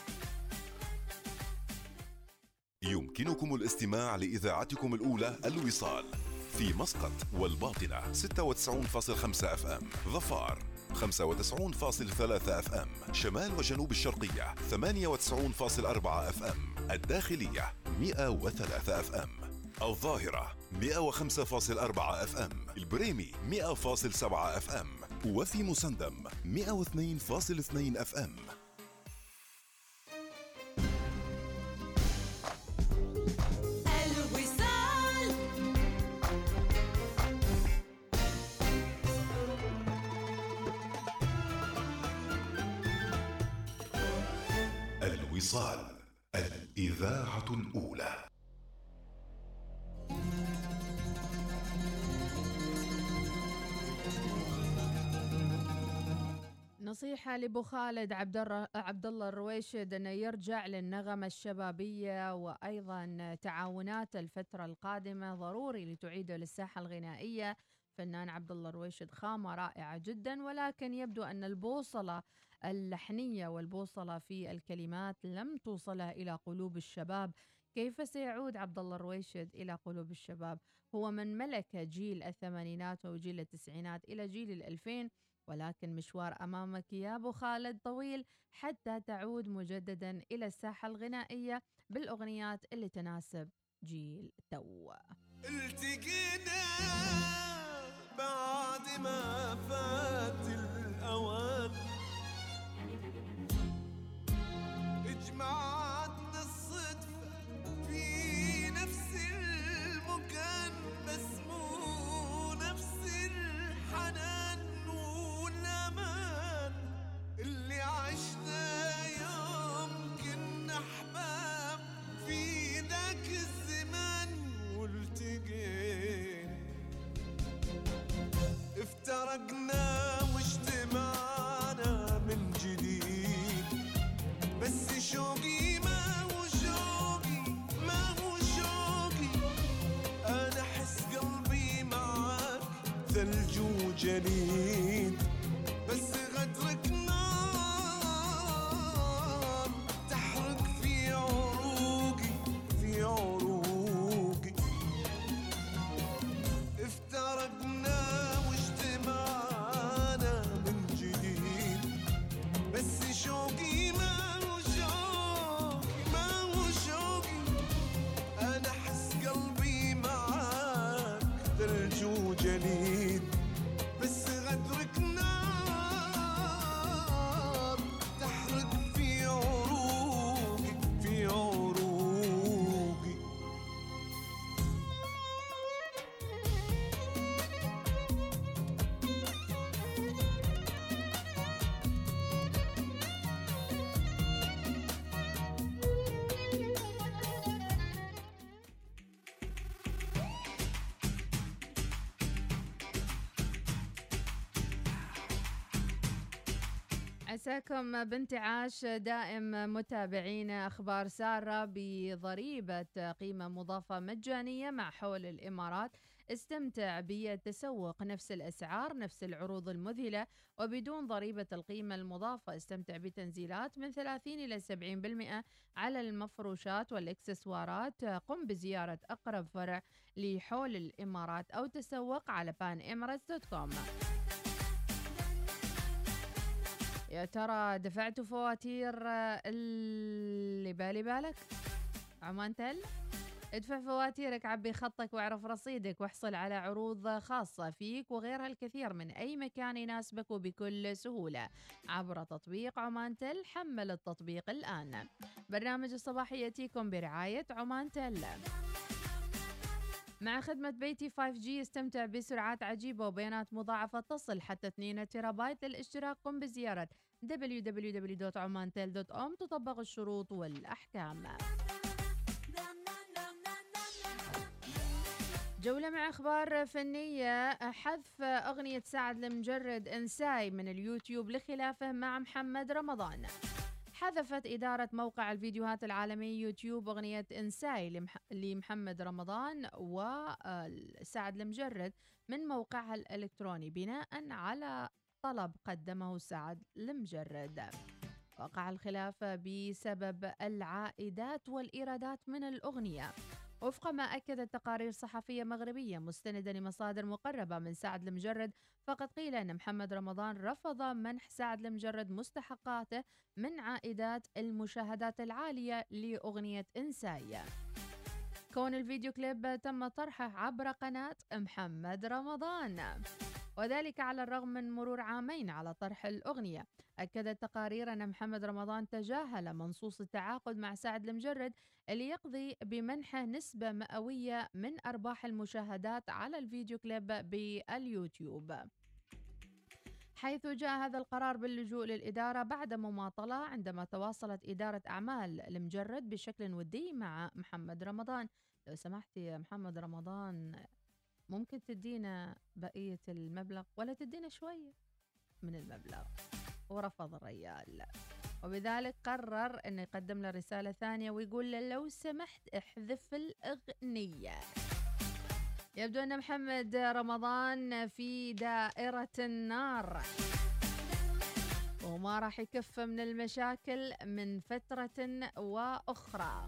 [SPEAKER 2] يمكنكم الاستماع لإذاعتكم الأولى الوصال في مسقط والباطنة 96.5 FM، ظفار 95.3 FM، شمال وجنوب الشرقية 98.4 FM، الداخلية 103 FM، الظاهرة 105.4 FM، البريمي 100.7 FM، وفي مسندم 102.2 FM. الوصال، الإذاعة الأولى.
[SPEAKER 1] نصيحة لأبو خالد عبد الله الرويشد أنه يرجع للنغمة الشبابية، وأيضا تعاونات الفترة القادمة ضروري لتعيده للساحة الغنائية. فنان عبد الله الرويشد خامة رائعة جدا، ولكن يبدو أن البوصلة اللحنية والبوصلة في الكلمات لم توصلها إلى قلوب الشباب. كيف سيعود عبد الله الرويشد إلى قلوب الشباب؟ هو من ملك جيل الثمانينات وجيل التسعينات إلى جيل 2000، ولكن مشوار أمامك يا أبو خالد طويل حتى تعود مجددا إلى الساحة الغنائية بالأغنيات اللي تناسب جيل تو.
[SPEAKER 11] التقينا بعد ما فات الأوان، اجمعتنا الصدفة في نفس المكان، بس مو نفس الحنان والأمان اللي عشنا يوم كنا أحباب في ذاك الزمان. والتقينا افترقنا واجتمعنا من جديد، بس شوقي ما هو شوقي، ما هو شوقي. أنا أحس قلبي معاك ثلج وجليد، بس غدرك نار تحرق في عروقي، في عروقي. افترقنا واجتمعنا من جديد، بس شوقي ما هو شوقي، ما هو شوقي. أنا أحس قلبي معاك ثلج وجليد، بس غدرك نار تحرق في عروقي، في عروقي.
[SPEAKER 1] عساكم بانتعاش دائم متابعينا. أخبار سارة بضريبة قيمة مضافة مجانية مع حول الإمارات. استمتع بتسوق نفس الأسعار، نفس العروض المذهلة وبدون ضريبة القيمة المضافة. استمتع بتنزيلات من 30 إلى 70% على المفروشات والإكسسوارات. قم بزيارة أقرب فرع لحول الإمارات أو تسوق على panemirates.com. يا ترى دفعتوا فواتير اللي بالي بالك؟ عمان تل؟ ادفع فواتيرك، عبي خطك واعرف رصيدك، واحصل على عروض خاصة فيك وغيرها الكثير من أي مكان يناسبك وبكل سهولة عبر تطبيق عمان تل. حمل التطبيق الآن. برنامج الصباحي يأتيكم برعاية عمان تل. مع خدمة بيتي 5G استمتع بسرعات عجيبة وبيانات مضاعفة تصل حتى 2 تيرابايت. للاشتراك قم بزيارة www.omantel.com. تطبق الشروط والأحكام. جولة مع أخبار فنية. حذف أغنية سعد المجرد إنساي من اليوتيوب لخلافه مع محمد رمضان. حذفت إدارة موقع الفيديوهات العالمي يوتيوب أغنية إنساي لمحمد رمضان وسعد المجرد من موقعها الإلكتروني بناء على طلب قدمه سعد المجرد. وقع الخلاف بسبب العائدات والإيرادات من الأغنية. وفق ما أكدت تقارير صحفية مغربية مستندة لمصادر مقربة من سعد المجرد، فقد قيل أن محمد رمضان رفض منح سعد المجرد مستحقاته من عائدات المشاهدات العالية لأغنية إنساي، كون الفيديو كليب تم طرحه عبر قناة محمد رمضان، وذلك على الرغم من مرور عامين على طرح الأغنية. أكدت تقارير أن محمد رمضان تجاهل منصوص التعاقد مع سعد المجرد اللي يقضي بمنحه نسبة مئوية من أرباح المشاهدات على الفيديو كليب باليوتيوب، حيث جاء هذا القرار باللجوء للإدارة بعد مماطلة عندما تواصلت إدارة أعمال المجرد بشكل ودي مع محمد رمضان. لو سمحت يا محمد رمضان، ممكن تدينا بقية المبلغ ولا تدينا شوية من المبلغ؟ ورفض الرجال، وبذلك قرر أن يقدم له رسالة ثانية ويقول له لو سمحت احذف الأغنية. يبدو أن محمد رمضان في دائرة النار وما راح يكف من المشاكل من فترة وأخرى.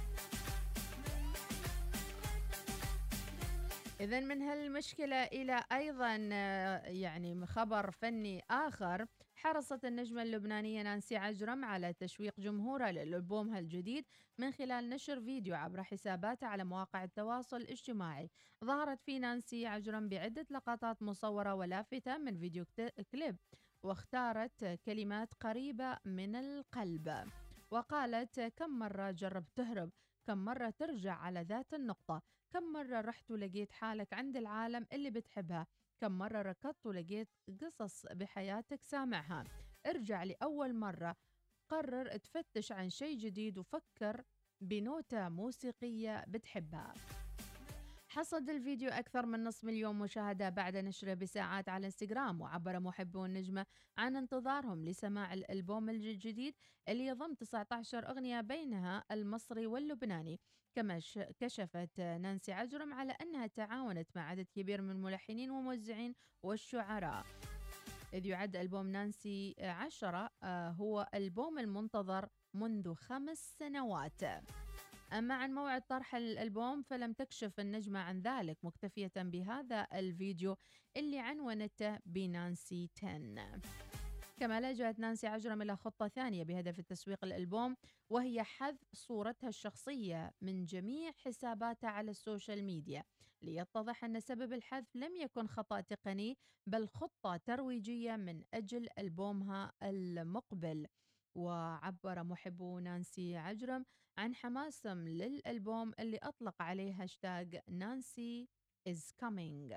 [SPEAKER 1] إذن من هالمشكلة إلى أيضا يعني خبر فني آخر. حرصت النجمة اللبنانية نانسي عجرم على تشويق جمهورها لألبومها الجديد من خلال نشر فيديو عبر حساباتها على مواقع التواصل الاجتماعي. ظهرت فيه نانسي عجرم بعدة لقطات مصورة ولافتة من فيديو كليب، واختارت كلمات قريبة من القلب، وقالت كم مرة جربت تهرب، كم مرة ترجع على ذات النقطة، كم مرة رحت ولقيت حالك عند العالم اللي بتحبها، كم مرة ركضت ولقيت قصص بحياتك سامعها. ارجع لأول مرة، قرر تفتش عن شيء جديد وفكر بنوتة موسيقية بتحبها. حصد الفيديو أكثر من 500,000 مشاهدة بعد نشره بساعات على انستغرام، وعبر محبو النجمة عن انتظارهم لسماع الألبوم الجديد اللي يضم 19 أغنية بينها المصري واللبناني. كما كشفت نانسي عجرم على أنها تعاونت مع عدد كبير من الملحنين والموزعين والشعراء، إذ يعد ألبوم نانسي 10 هو ألبوم المنتظر منذ 5 سنوات. أما عن موعد طرح الألبوم فلم تكشف النجمة عن ذلك، مكتفية بهذا الفيديو اللي عنونته بنانسي 10. كما لجأت نانسي عجرم إلى خطة ثانية بهدف التسويق الألبوم، وهي حذف صورتها الشخصية من جميع حساباتها على السوشيال ميديا، ليتضح أن سبب الحذف لم يكن خطأ تقني بل خطة ترويجية من أجل ألبومها المقبل. وعبر محبو نانسي عجرم عن حماسهم للألبوم اللي أطلق عليه هاشتاج نانسي is coming.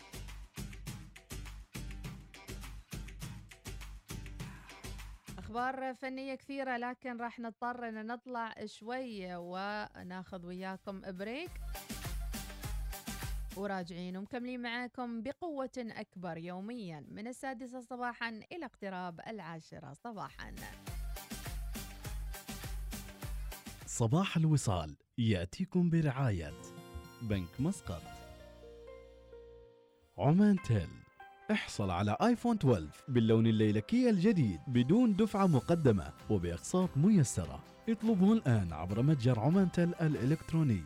[SPEAKER 1] أخبار فنية كثيرة، لكن راح نضطر أن نطلع شوي وناخذ وياكم بريك، وراجعين ومكملين معاكم بقوة أكبر يوميا من 6 صباحا إلى اقتراب 10 صباحا.
[SPEAKER 9] صباح الوصال يأتيكم برعاية بنك مسقط، عمان تيل. احصل على آيفون 12 باللون الليلكي الجديد بدون دفعة مقدمة وبأقساط ميسرة. اطلبه الآن عبر متجر عمان تيل الإلكتروني.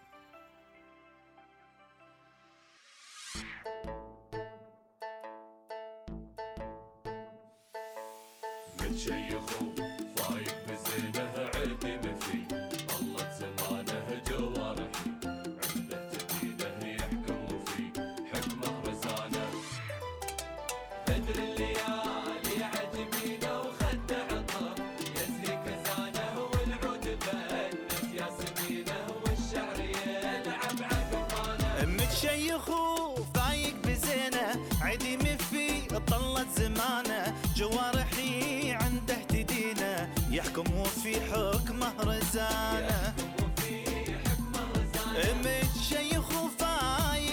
[SPEAKER 12] متشيخ فايق بزينه عدي مفي، ظلت زمانه جوارحي عنده تدينه يحكم في حكمه رزانه. بدر الليالي عجمينه وخد عطر يزهي كزانه، والعود بنت ياسمينه والشعر يلعب عقبانه.
[SPEAKER 10] متشيخ فايق بزينه عدي مفي، طلت زمانه جوارحي عنده تدينه يحكم وفي حكمه رزانه. متشيخ فايق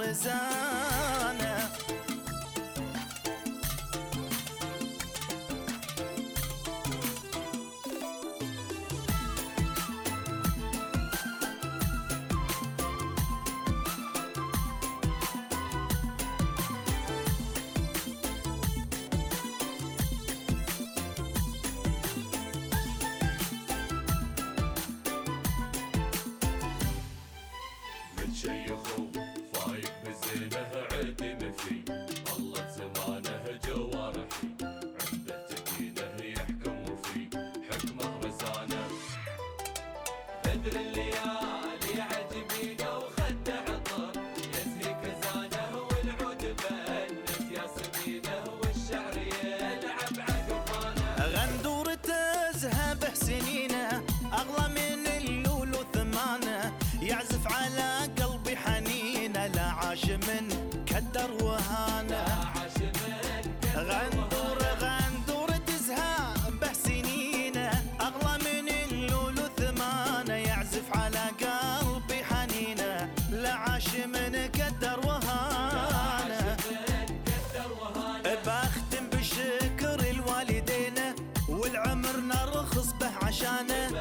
[SPEAKER 10] مهرزانة.
[SPEAKER 12] متشيخ وفايق بزينه عدم فيه ظلت زمانه جوارحي عنده تدينه يحكم فيه حكمه رزانه. بدر الليالي عجبينه وخد عطر يزهي كزانه والعود بنت ياسمينه والشعر يلعب عقفانه.
[SPEAKER 10] غندور تزهبه سنينه أغلى من اللولو ثمانه يعزف على قلبي حنينه لا عاش من كدر وهانه. غندور تزهبه سنينه أغلى من اللولو ثمانه يعزف على قلبي حنينه لا عاش من كدر وهانه. بختم بشكر الوالدين والعمر نرخص به عشانه.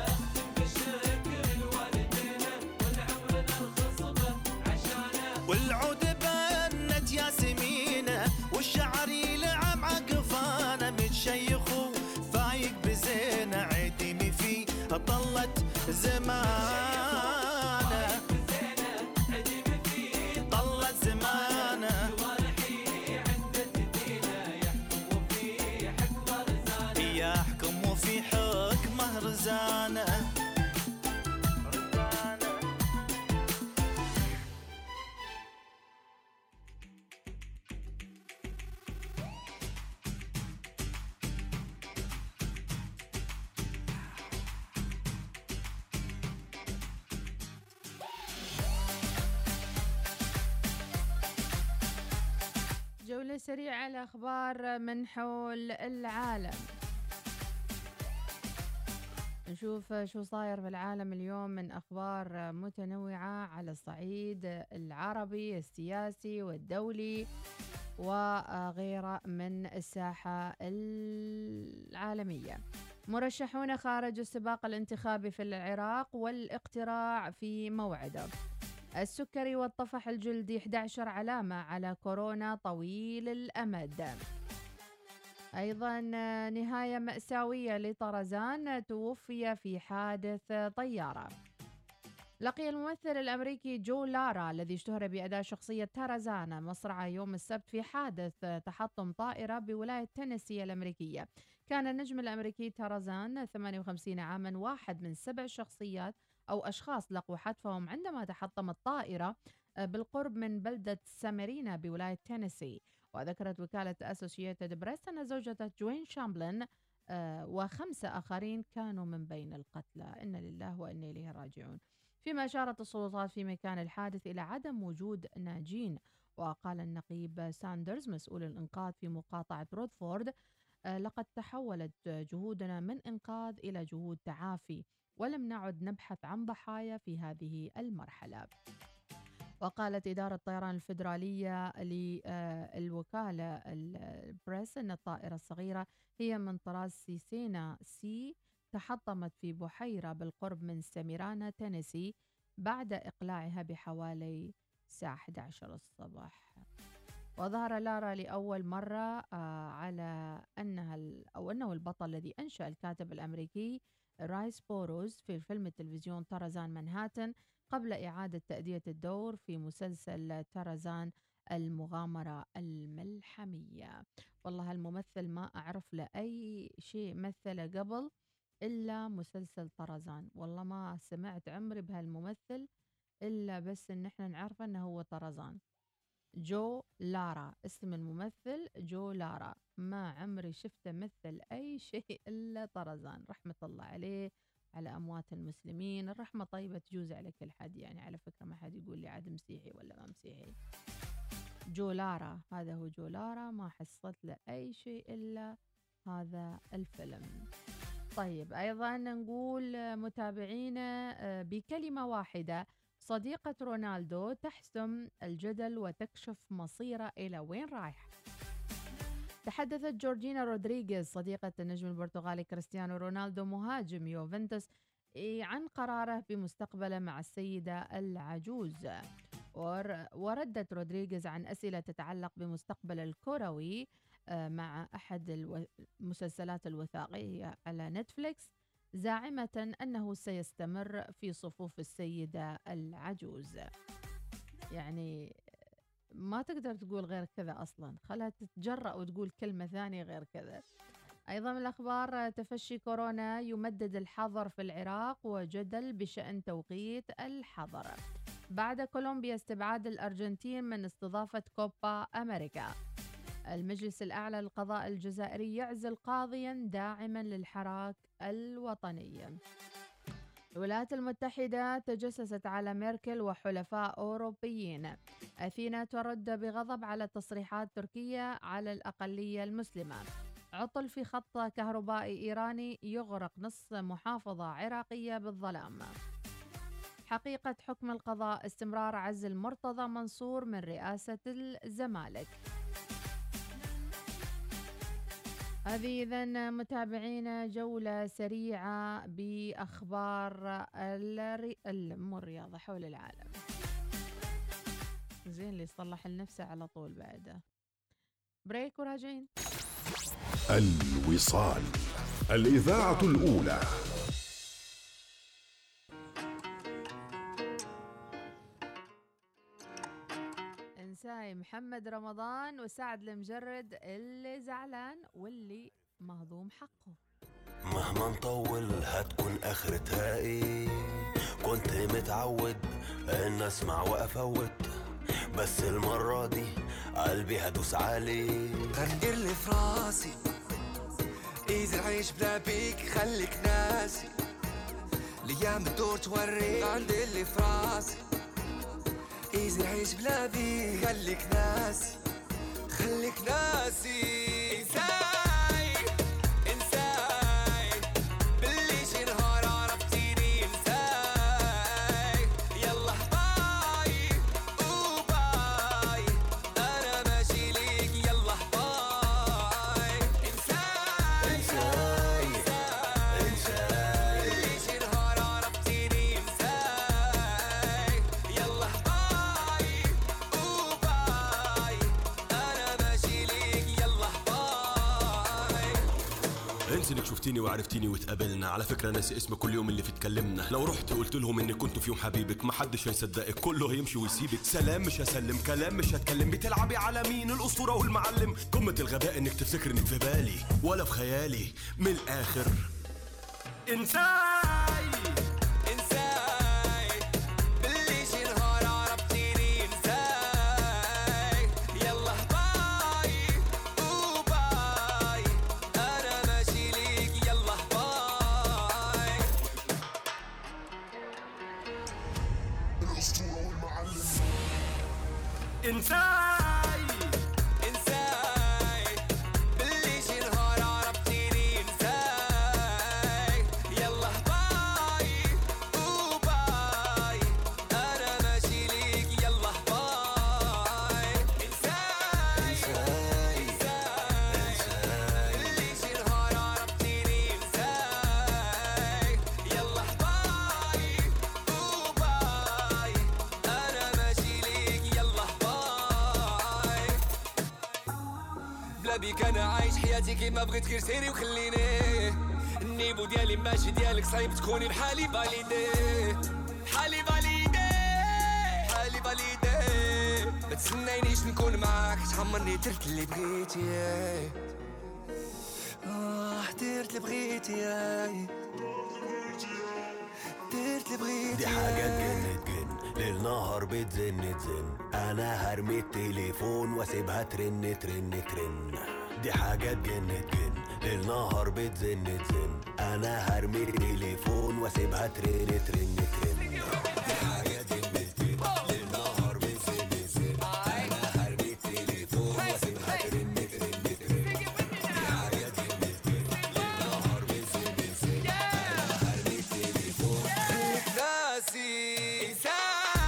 [SPEAKER 10] والعود بنت ياسمينه والشعر يلعب عقفانه. متشيخ وفايق بزينه عدمي فيه طلت زمانه. طلت زمانه يحكم وفي حكمه رزانه.
[SPEAKER 1] جولة سريعة على أخبار من حول العالم. نشوف شو صاير في العالم اليوم من أخبار متنوعة على الصعيد العربي السياسي والدولي وغيره من الساحة العالمية. مرشحون خارج السباق الانتخابي في العراق والاقتراع في موعده. السكري والطفح الجلدي 11 علامة على كورونا طويل الأمد. أيضا نهاية مأساوية لطرزان توفي في حادث طيارة. لقي الممثل الأمريكي جو لارا الذي اشتهر بأداء شخصية تارزان مصرعه يوم السبت في حادث تحطم طائرة بولاية تينيسي الأمريكية. كان النجم الأمريكي تارزان 58 عاما واحد من 7 شخصيات أو أشخاص لقوا حتفهم عندما تحطمت طائرة بالقرب من بلدة سامرينا بولاية تينيسي. وذكرت وكالة أسوسييتد بريس أن زوجته جوين شامبلن و5 آخرين كانوا من بين القتلى. إن لله وإنا إليه راجعون. فيما أشارت السلطات في مكان الحادث إلى عدم وجود ناجين. وقال النقيب ساندرز مسؤول الإنقاذ في مقاطعة رودفورد لقد تحولت جهودنا من إنقاذ إلى جهود تعافي ولم نعد نبحث عن ضحايا في هذه المرحلة. وقالت إدارة الطيران الفيدرالية للوكالة البريس أن الطائرة الصغيرة هي من طراز سيسينا سي تحطمت في بحيرة بالقرب من ساميرانا تينيسي بعد إقلاعها بحوالي الساعة 11 الصباح. وظهر لارا لأول مرة على أنه البطل الذي أنشأ الكاتب الأمريكي رايس بوروز في فيلم التلفزيون تارزان مانهاتن قبل إعادة تأدية الدور في مسلسل تارزان المغامرة الملحمية. والله الممثل ما أعرف له أي شيء مثله قبل إلا مسلسل طرزان. والله ما سمعت عمري بهالممثل إلا بس إن إحنا نعرف أنه هو طرزان. جو لارا اسم الممثل جو لارا، ما عمري شفته مثل أي شيء إلا طرزان. رحمة الله عليه على أموات المسلمين. الرحمة طيبة تجوز على كل حد يعني. على فكرة ما حد يقول لي عاد مسيحي ولا ما مسيحي. جو لارا هذا هو جو لارا، ما حصلت له أي شيء إلا هذا الفيلم. طيب أيضا نقول متابعينا بكلمة واحدة صديقة رونالدو تحسم الجدل وتكشف مصيره إلى وين رايح. تحدثت جورجينا رودريغيز صديقة النجم البرتغالي كريستيانو رونالدو مهاجم يوفنتوس عن قراره بمستقبله مع السيدة العجوز. وردت رودريغيز عن أسئلة تتعلق بمستقبل الكروي مع أحد المسلسلات الوثائقية على نتفليكس، زاعمة أنه سيستمر في صفوف السيدة العجوز. يعني ما تقدر تقول غير كذا أصلا، خلها تتجرأ وتقول كلمة ثانية غير كذا. أيضا من الأخبار تفشي كورونا يمدد الحظر في العراق وجدل بشأن توقيت الحظر بعد كولومبيا استبعاد الأرجنتين من استضافة كوبا أمريكا. المجلس الأعلى للقضاء الجزائري يعزل قاضيا داعما للحراك الوطني. الولايات المتحدة تجسست على ميركل وحلفاء أوروبيين. أثينا ترد بغضب على تصريحات تركيا على الأقلية المسلمة. عطل في خط كهربائي إيراني يغرق نصف محافظة عراقية بالظلام. حقيقة حكم القضاء استمرار عزل مرتضى منصور من رئاسة الزمالك. هذه إذن متابعينا جولة سريعة بأخبار الرياضة حول العالم. زين اللي يصلح لنفسه على طول بعده. بريك وراجعين.
[SPEAKER 2] الوصال، الإذاعة الأولى.
[SPEAKER 1] انساي محمد رمضان وسعد المجرد اللي زعلان واللي مهضوم حقه.
[SPEAKER 13] مهما نطول هتكون اخرتها ايه؟ كنت متعود ان اسمع وافوت، بس المرة دي قلبي هدوس عليه.
[SPEAKER 11] غندير اللي في راسي ايزي العيش بلا بيك خليك ناسي، الايام بتدور توريك. غندير اللي في راسي ايزي العيش بلا بيك خليك ناسي، خليك ناسي.
[SPEAKER 14] انك شفتيني وعرفتيني واتقابلنا، على فكرة ناسي اسم كل يوم اللي فيه اتكلمنا. لو رحت قلت لهم اني كنت في يوم حبيبك محدش هيصدقك، كله هيمشي ويسيبك. سلام مش هسلم، كلام مش هتكلم. بتلعبي على مين؟ الاسطورة والمعلم. قمة الغباء انك تفتكر انك في بالي ولا في خيالي. من الاخر انساي انساي انساي بليش نهار عرفتيني. انساي يلا باي وباي انا ماشي ليك. يلا باي انساي انساي بليش نهار عرفتيني. انساي يلا باي وباي انا ماشي ليك. يلا بلا بيك انا عايش حياتي كيما بغيت، غير سيري وخليني. النيبو ديالي ماشي ديالك، صعيب تكوني بحالي فاليدي. بحالي فاليدي بحالي فاليدي. ما تسنينيش نكون معاك، تعمرني درت اللي بغيتي. درت اللي بغيتي درت اللي بغيتي.
[SPEAKER 13] دي حاجة تجن ليل نهار بتزن تزن. انا هرمي التليفون واسيبها ترن ترن ترن. دي حاجة تجن ليل نهار بتزن تزن. انا هرمي التليفون واسيبها ترن ترن ترن. دي حاجة تجن ليل نهار بتزن تزن. انا هرمي التليفون واسيبها ترن ترن ترن. دي حاجة تجن ليل نهار بتزن تزن. انا هرمي التليفون خليك ناسي. انسان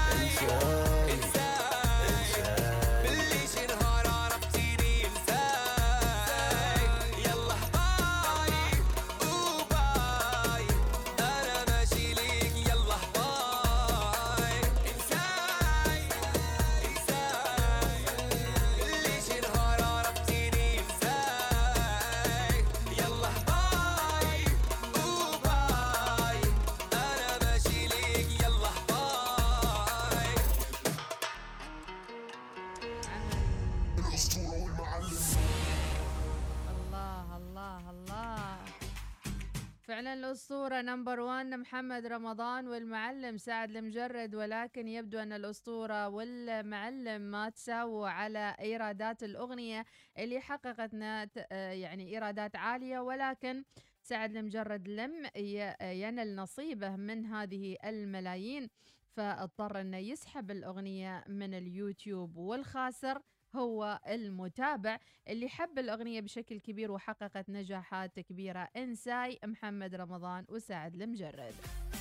[SPEAKER 1] فعلا الأسطورة نمبر 1 محمد رمضان والمعلم سعد المجرد، ولكن يبدو أن الأسطورة والمعلم ما تساووا على إيرادات الأغنية اللي حققت يعني إيرادات عالية، ولكن سعد المجرد لم ينل نصيبه من هذه الملايين، فاضطر أنه يسحب الأغنية من اليوتيوب، والخاسر هو المتابع اللي حب الأغنية بشكل كبير وحققت نجاحات كبيرة. إنساي محمد رمضان وسعد المجرد.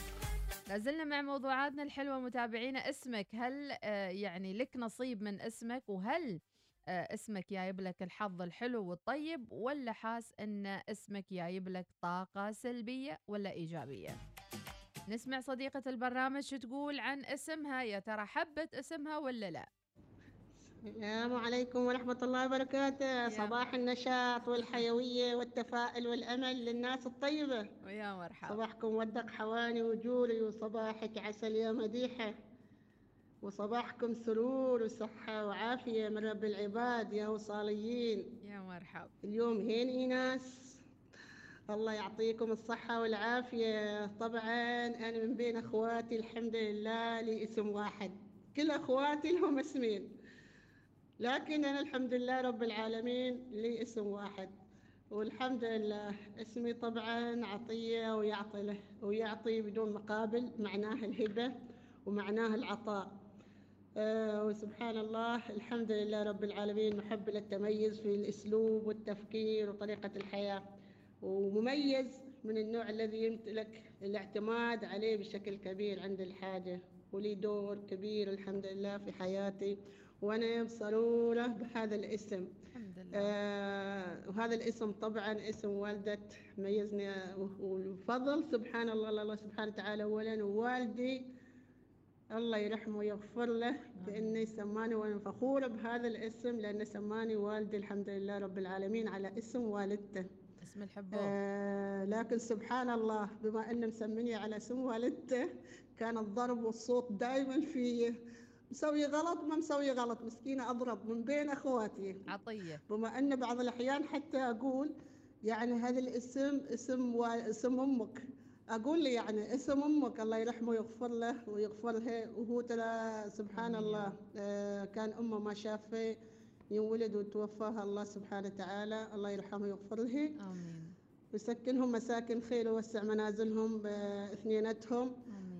[SPEAKER 1] لازلنا مع موضوعاتنا الحلوة متابعينا. اسمك، هل يعني لك نصيب من اسمك؟ وهل اسمك جايب لك الحظ الحلو والطيب، ولا حاس ان اسمك جايب لك طاقة سلبية ولا إيجابية؟ نسمع صديقة البرنامج شو تقول عن اسمها، يا ترى حبت اسمها ولا لا؟
[SPEAKER 15] السلام عليكم ورحمة الله وبركاته. صباح النشاط والحيوية والتفاؤل والأمل للناس الطيبة.
[SPEAKER 1] ويا مرحبا.
[SPEAKER 15] صباحكم ودق حواني وجوري، وصباحك عسل يا مديحة، وصباحكم سرور وصحة وعافية من رب العباد يا وصاليين.
[SPEAKER 1] يا مرحبا.
[SPEAKER 15] اليوم هين إيناس، الله يعطيكم الصحة والعافية. طبعا أنا من بين أخواتي الحمد لله لي اسم واحد، كل أخواتي لهم اسمين، لكن أنا الحمد لله رب العالمين لي اسم واحد، والحمد لله. اسمي طبعا عطية، ويعطي بدون مقابل، معناه الهبة ومعناه العطاء. وسبحان الله الحمد لله رب العالمين، محب للتميز في الأسلوب والتفكير وطريقة الحياة، ومميز من النوع الذي يمتلك الاعتماد عليه بشكل كبير عند الحاجة، ولي دور كبير الحمد لله في حياتي، وأنا مسرورة بهذا الاسم.
[SPEAKER 1] الحمد لله.
[SPEAKER 15] وهذا الاسم طبعا اسم والدة ميزني، والفضل سبحان الله الله سبحانه وتعالى أولا، ووالدي الله يرحمه ويغفر له بأنه سماني، وأنا فخورة بهذا الاسم لأنه سماني والدي الحمد لله رب العالمين على اسم والدته،
[SPEAKER 1] اسم الحبوب.
[SPEAKER 15] لكن سبحان الله بما أنه مسميني على اسم والدته، كان الضرب والصوت دائما فيه، مسوي غلط ما مسوي غلط مسكينة أضرب من بين أخواتي.
[SPEAKER 1] عطية.
[SPEAKER 15] بما أن بعض الأحيان حتى أقول يعني هذا الاسم اسم أمك، أقول لي يعني اسم أمك الله يرحمه ويغفر له ويغفر لها، وهو ترى سبحان الله كان أمه ما شافه ينولد وتوفاها الله سبحانه وتعالى، الله يرحمه ويغفر له.
[SPEAKER 1] آمين.
[SPEAKER 15] ويسكنهم مساكن خير ويوسع منازلهم باثنينتهم.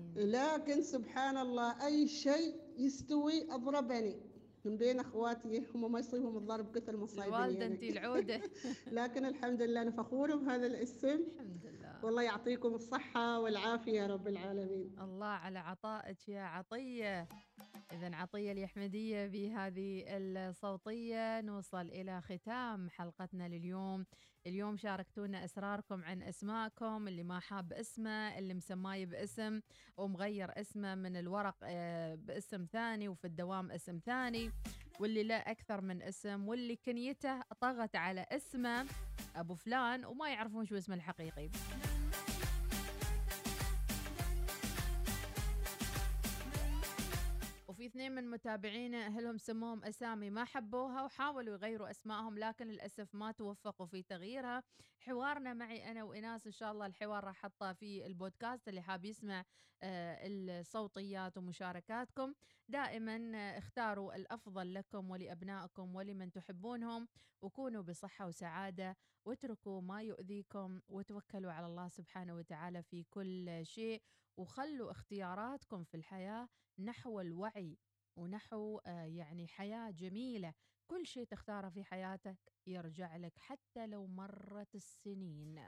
[SPEAKER 15] لكن سبحان الله أي شيء يستوي أضربني من بين أخواتي، هم ما يصيبهم الضرب كثر مصايبين
[SPEAKER 1] الوالدة
[SPEAKER 15] يعني.
[SPEAKER 1] أنت العودة.
[SPEAKER 15] لكن الحمد لله أنا فخورة بهذا الاسم.
[SPEAKER 1] الحمد لله.
[SPEAKER 15] والله يعطيكم الصحة والعافية يا رب العالمين.
[SPEAKER 1] الله على عطائك يا عطية. إذن عطية اليحمدية بهذه الصوتية نوصل إلى ختام حلقتنا لليوم. اليوم شاركتونا أسراركم عن أسماءكم، اللي ما حاب اسمه، اللي مسماي باسم ومغير اسمه من الورق باسم ثاني وفي الدوام اسم ثاني، واللي لا أكثر من اسم، واللي كنيته طغت على اسمه أبو فلان وما يعرفون شو اسمه الحقيقي. وفي اثنين من متابعينا أهلهم سموهم أسامي ما حبوها وحاولوا يغيروا أسمائهم، لكن للأسف ما توفقوا في تغييرها. حوارنا معي أنا وإناس إن شاء الله الحوار راح أحطه في البودكاست، اللي حاب يسمع الصوتيات ومشاركاتكم. دائما اختاروا الأفضل لكم ولأبنائكم ولمن تحبونهم، وكونوا بصحة وسعادة، واتركوا ما يؤذيكم، وتوكلوا على الله سبحانه وتعالى في كل شيء، وخلوا اختياراتكم في الحياة نحو الوعي ونحو يعني حياة جميلة. كل شيء تختاره في حياتك يرجع لك حتى لو مرت السنين.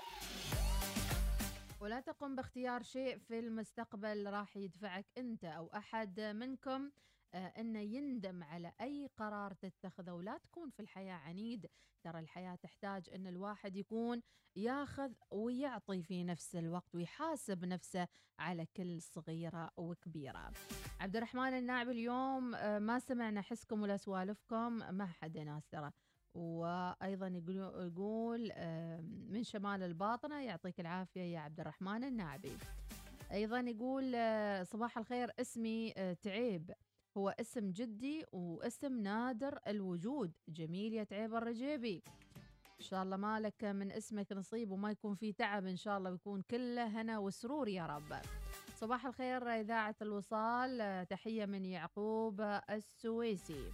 [SPEAKER 1] ولا تقم باختيار شيء في المستقبل راح يدفعك أنت أو أحد منكم أنه يندم على أي قرار تتخذه. ولا تكون في الحياة عنيد، ترى الحياة تحتاج أن الواحد يكون ياخذ ويعطي في نفس الوقت، ويحاسب نفسه على كل صغيرة وكبيرة. عبد الرحمن الناعبي اليوم ما سمعنا حسكم ولا سوالفكم، ما حد ناس ترى. وأيضا يقول من شمال الباطنة يعطيك العافية يا عبد الرحمن الناعبي. أيضا يقول صباح الخير، اسمي تعيب، هو اسم جدي واسم نادر الوجود. جميل يا تعيب الرجيبي. إن شاء الله مالك من اسمك نصيب وما يكون في تعب، إن شاء الله بيكون كله هنا وسرور يا رب. صباح الخير إذاعة الوصال، تحية من يعقوب السويسي.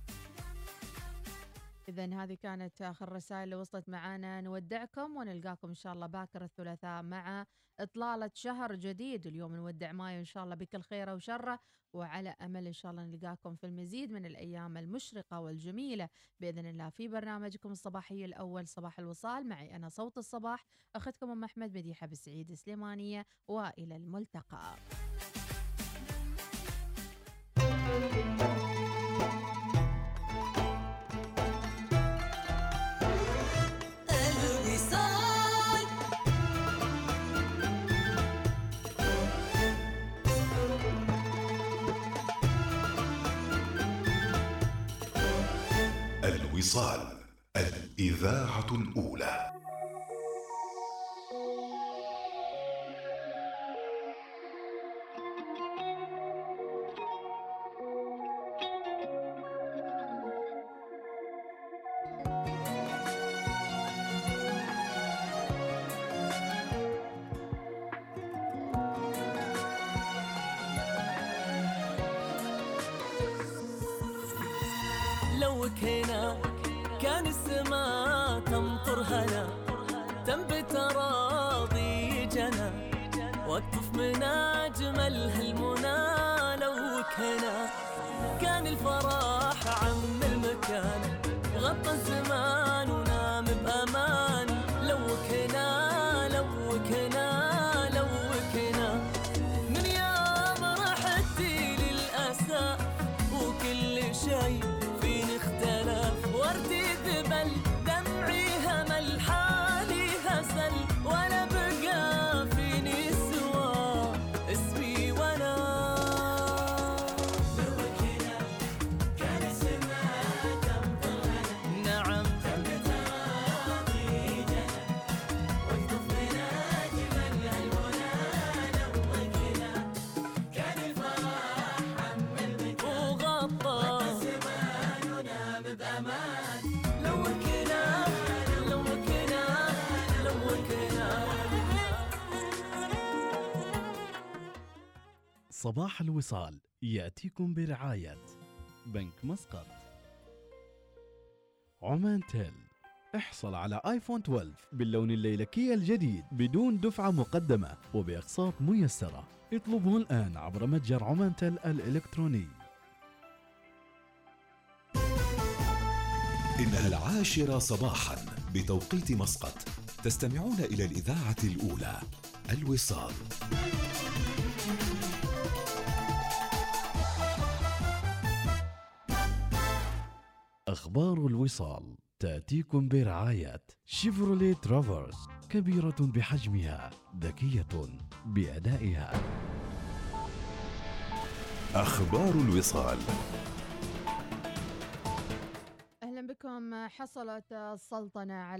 [SPEAKER 1] إذن هذه كانت آخر الرسائل اللي وصلت معانا، نودعكم ونلقاكم إن شاء الله باكر الثلاثاء مع إطلالة شهر جديد. اليوم نودع مايو إن شاء الله بكل خير وشره، وعلى أمل إن شاء الله نلقاكم في المزيد من الأيام المشرقة والجميلة بإذن الله في برنامجكم الصباحي الأول صباح الوصال. معي أنا صوت الصباح أختكم أم أحمد مديحة بالسعيد سليمانية، وإلى الملتقى.
[SPEAKER 2] الوصال، الإذاعة الأولى.
[SPEAKER 10] لو كنا كان السماء تمطر هنا، تنبت أراضي جنى، واقطف من أجمل هالمنى. لو كنا كان الفرح عم المكان، غطى الزمان ونام بأمان. لو كنا لو كنا لو كنا من يوم رحتي للأسى، وكل شيء فيني اختلف. وردي ذبل دمعي همل، حالي هزل ولا بقى فيني سوى اسمي وانا. لو كنا كان السماء تمطر هنا، نعم تنبت أراضي جنى، واقطف من أجمل هالمنى. لو كنا كان الفرح عم المكان، وغطى الزمان ونام بأمان. لو كنا لو كنا لو كنا.
[SPEAKER 9] صباح الوصال يأتيكم برعاية بنك مسقط، عمان تيل. احصل على آيفون 12 باللون الليلكي الجديد بدون دفعة مقدمة وبأقساط ميسرة. اطلبه الآن عبر متجر عمان تيل الإلكتروني.
[SPEAKER 2] إنها 10 صباحا بتوقيت مسقط. تستمعون إلى الإذاعة الأولى الوصال.
[SPEAKER 9] أخبار الوصال تأتيكم برعاية شيفروليه ترافرس، كبيرة بحجمها، ذكية بأدائها.
[SPEAKER 2] أخبار الوصال.
[SPEAKER 1] أهلا بكم. حصلت السلطنة على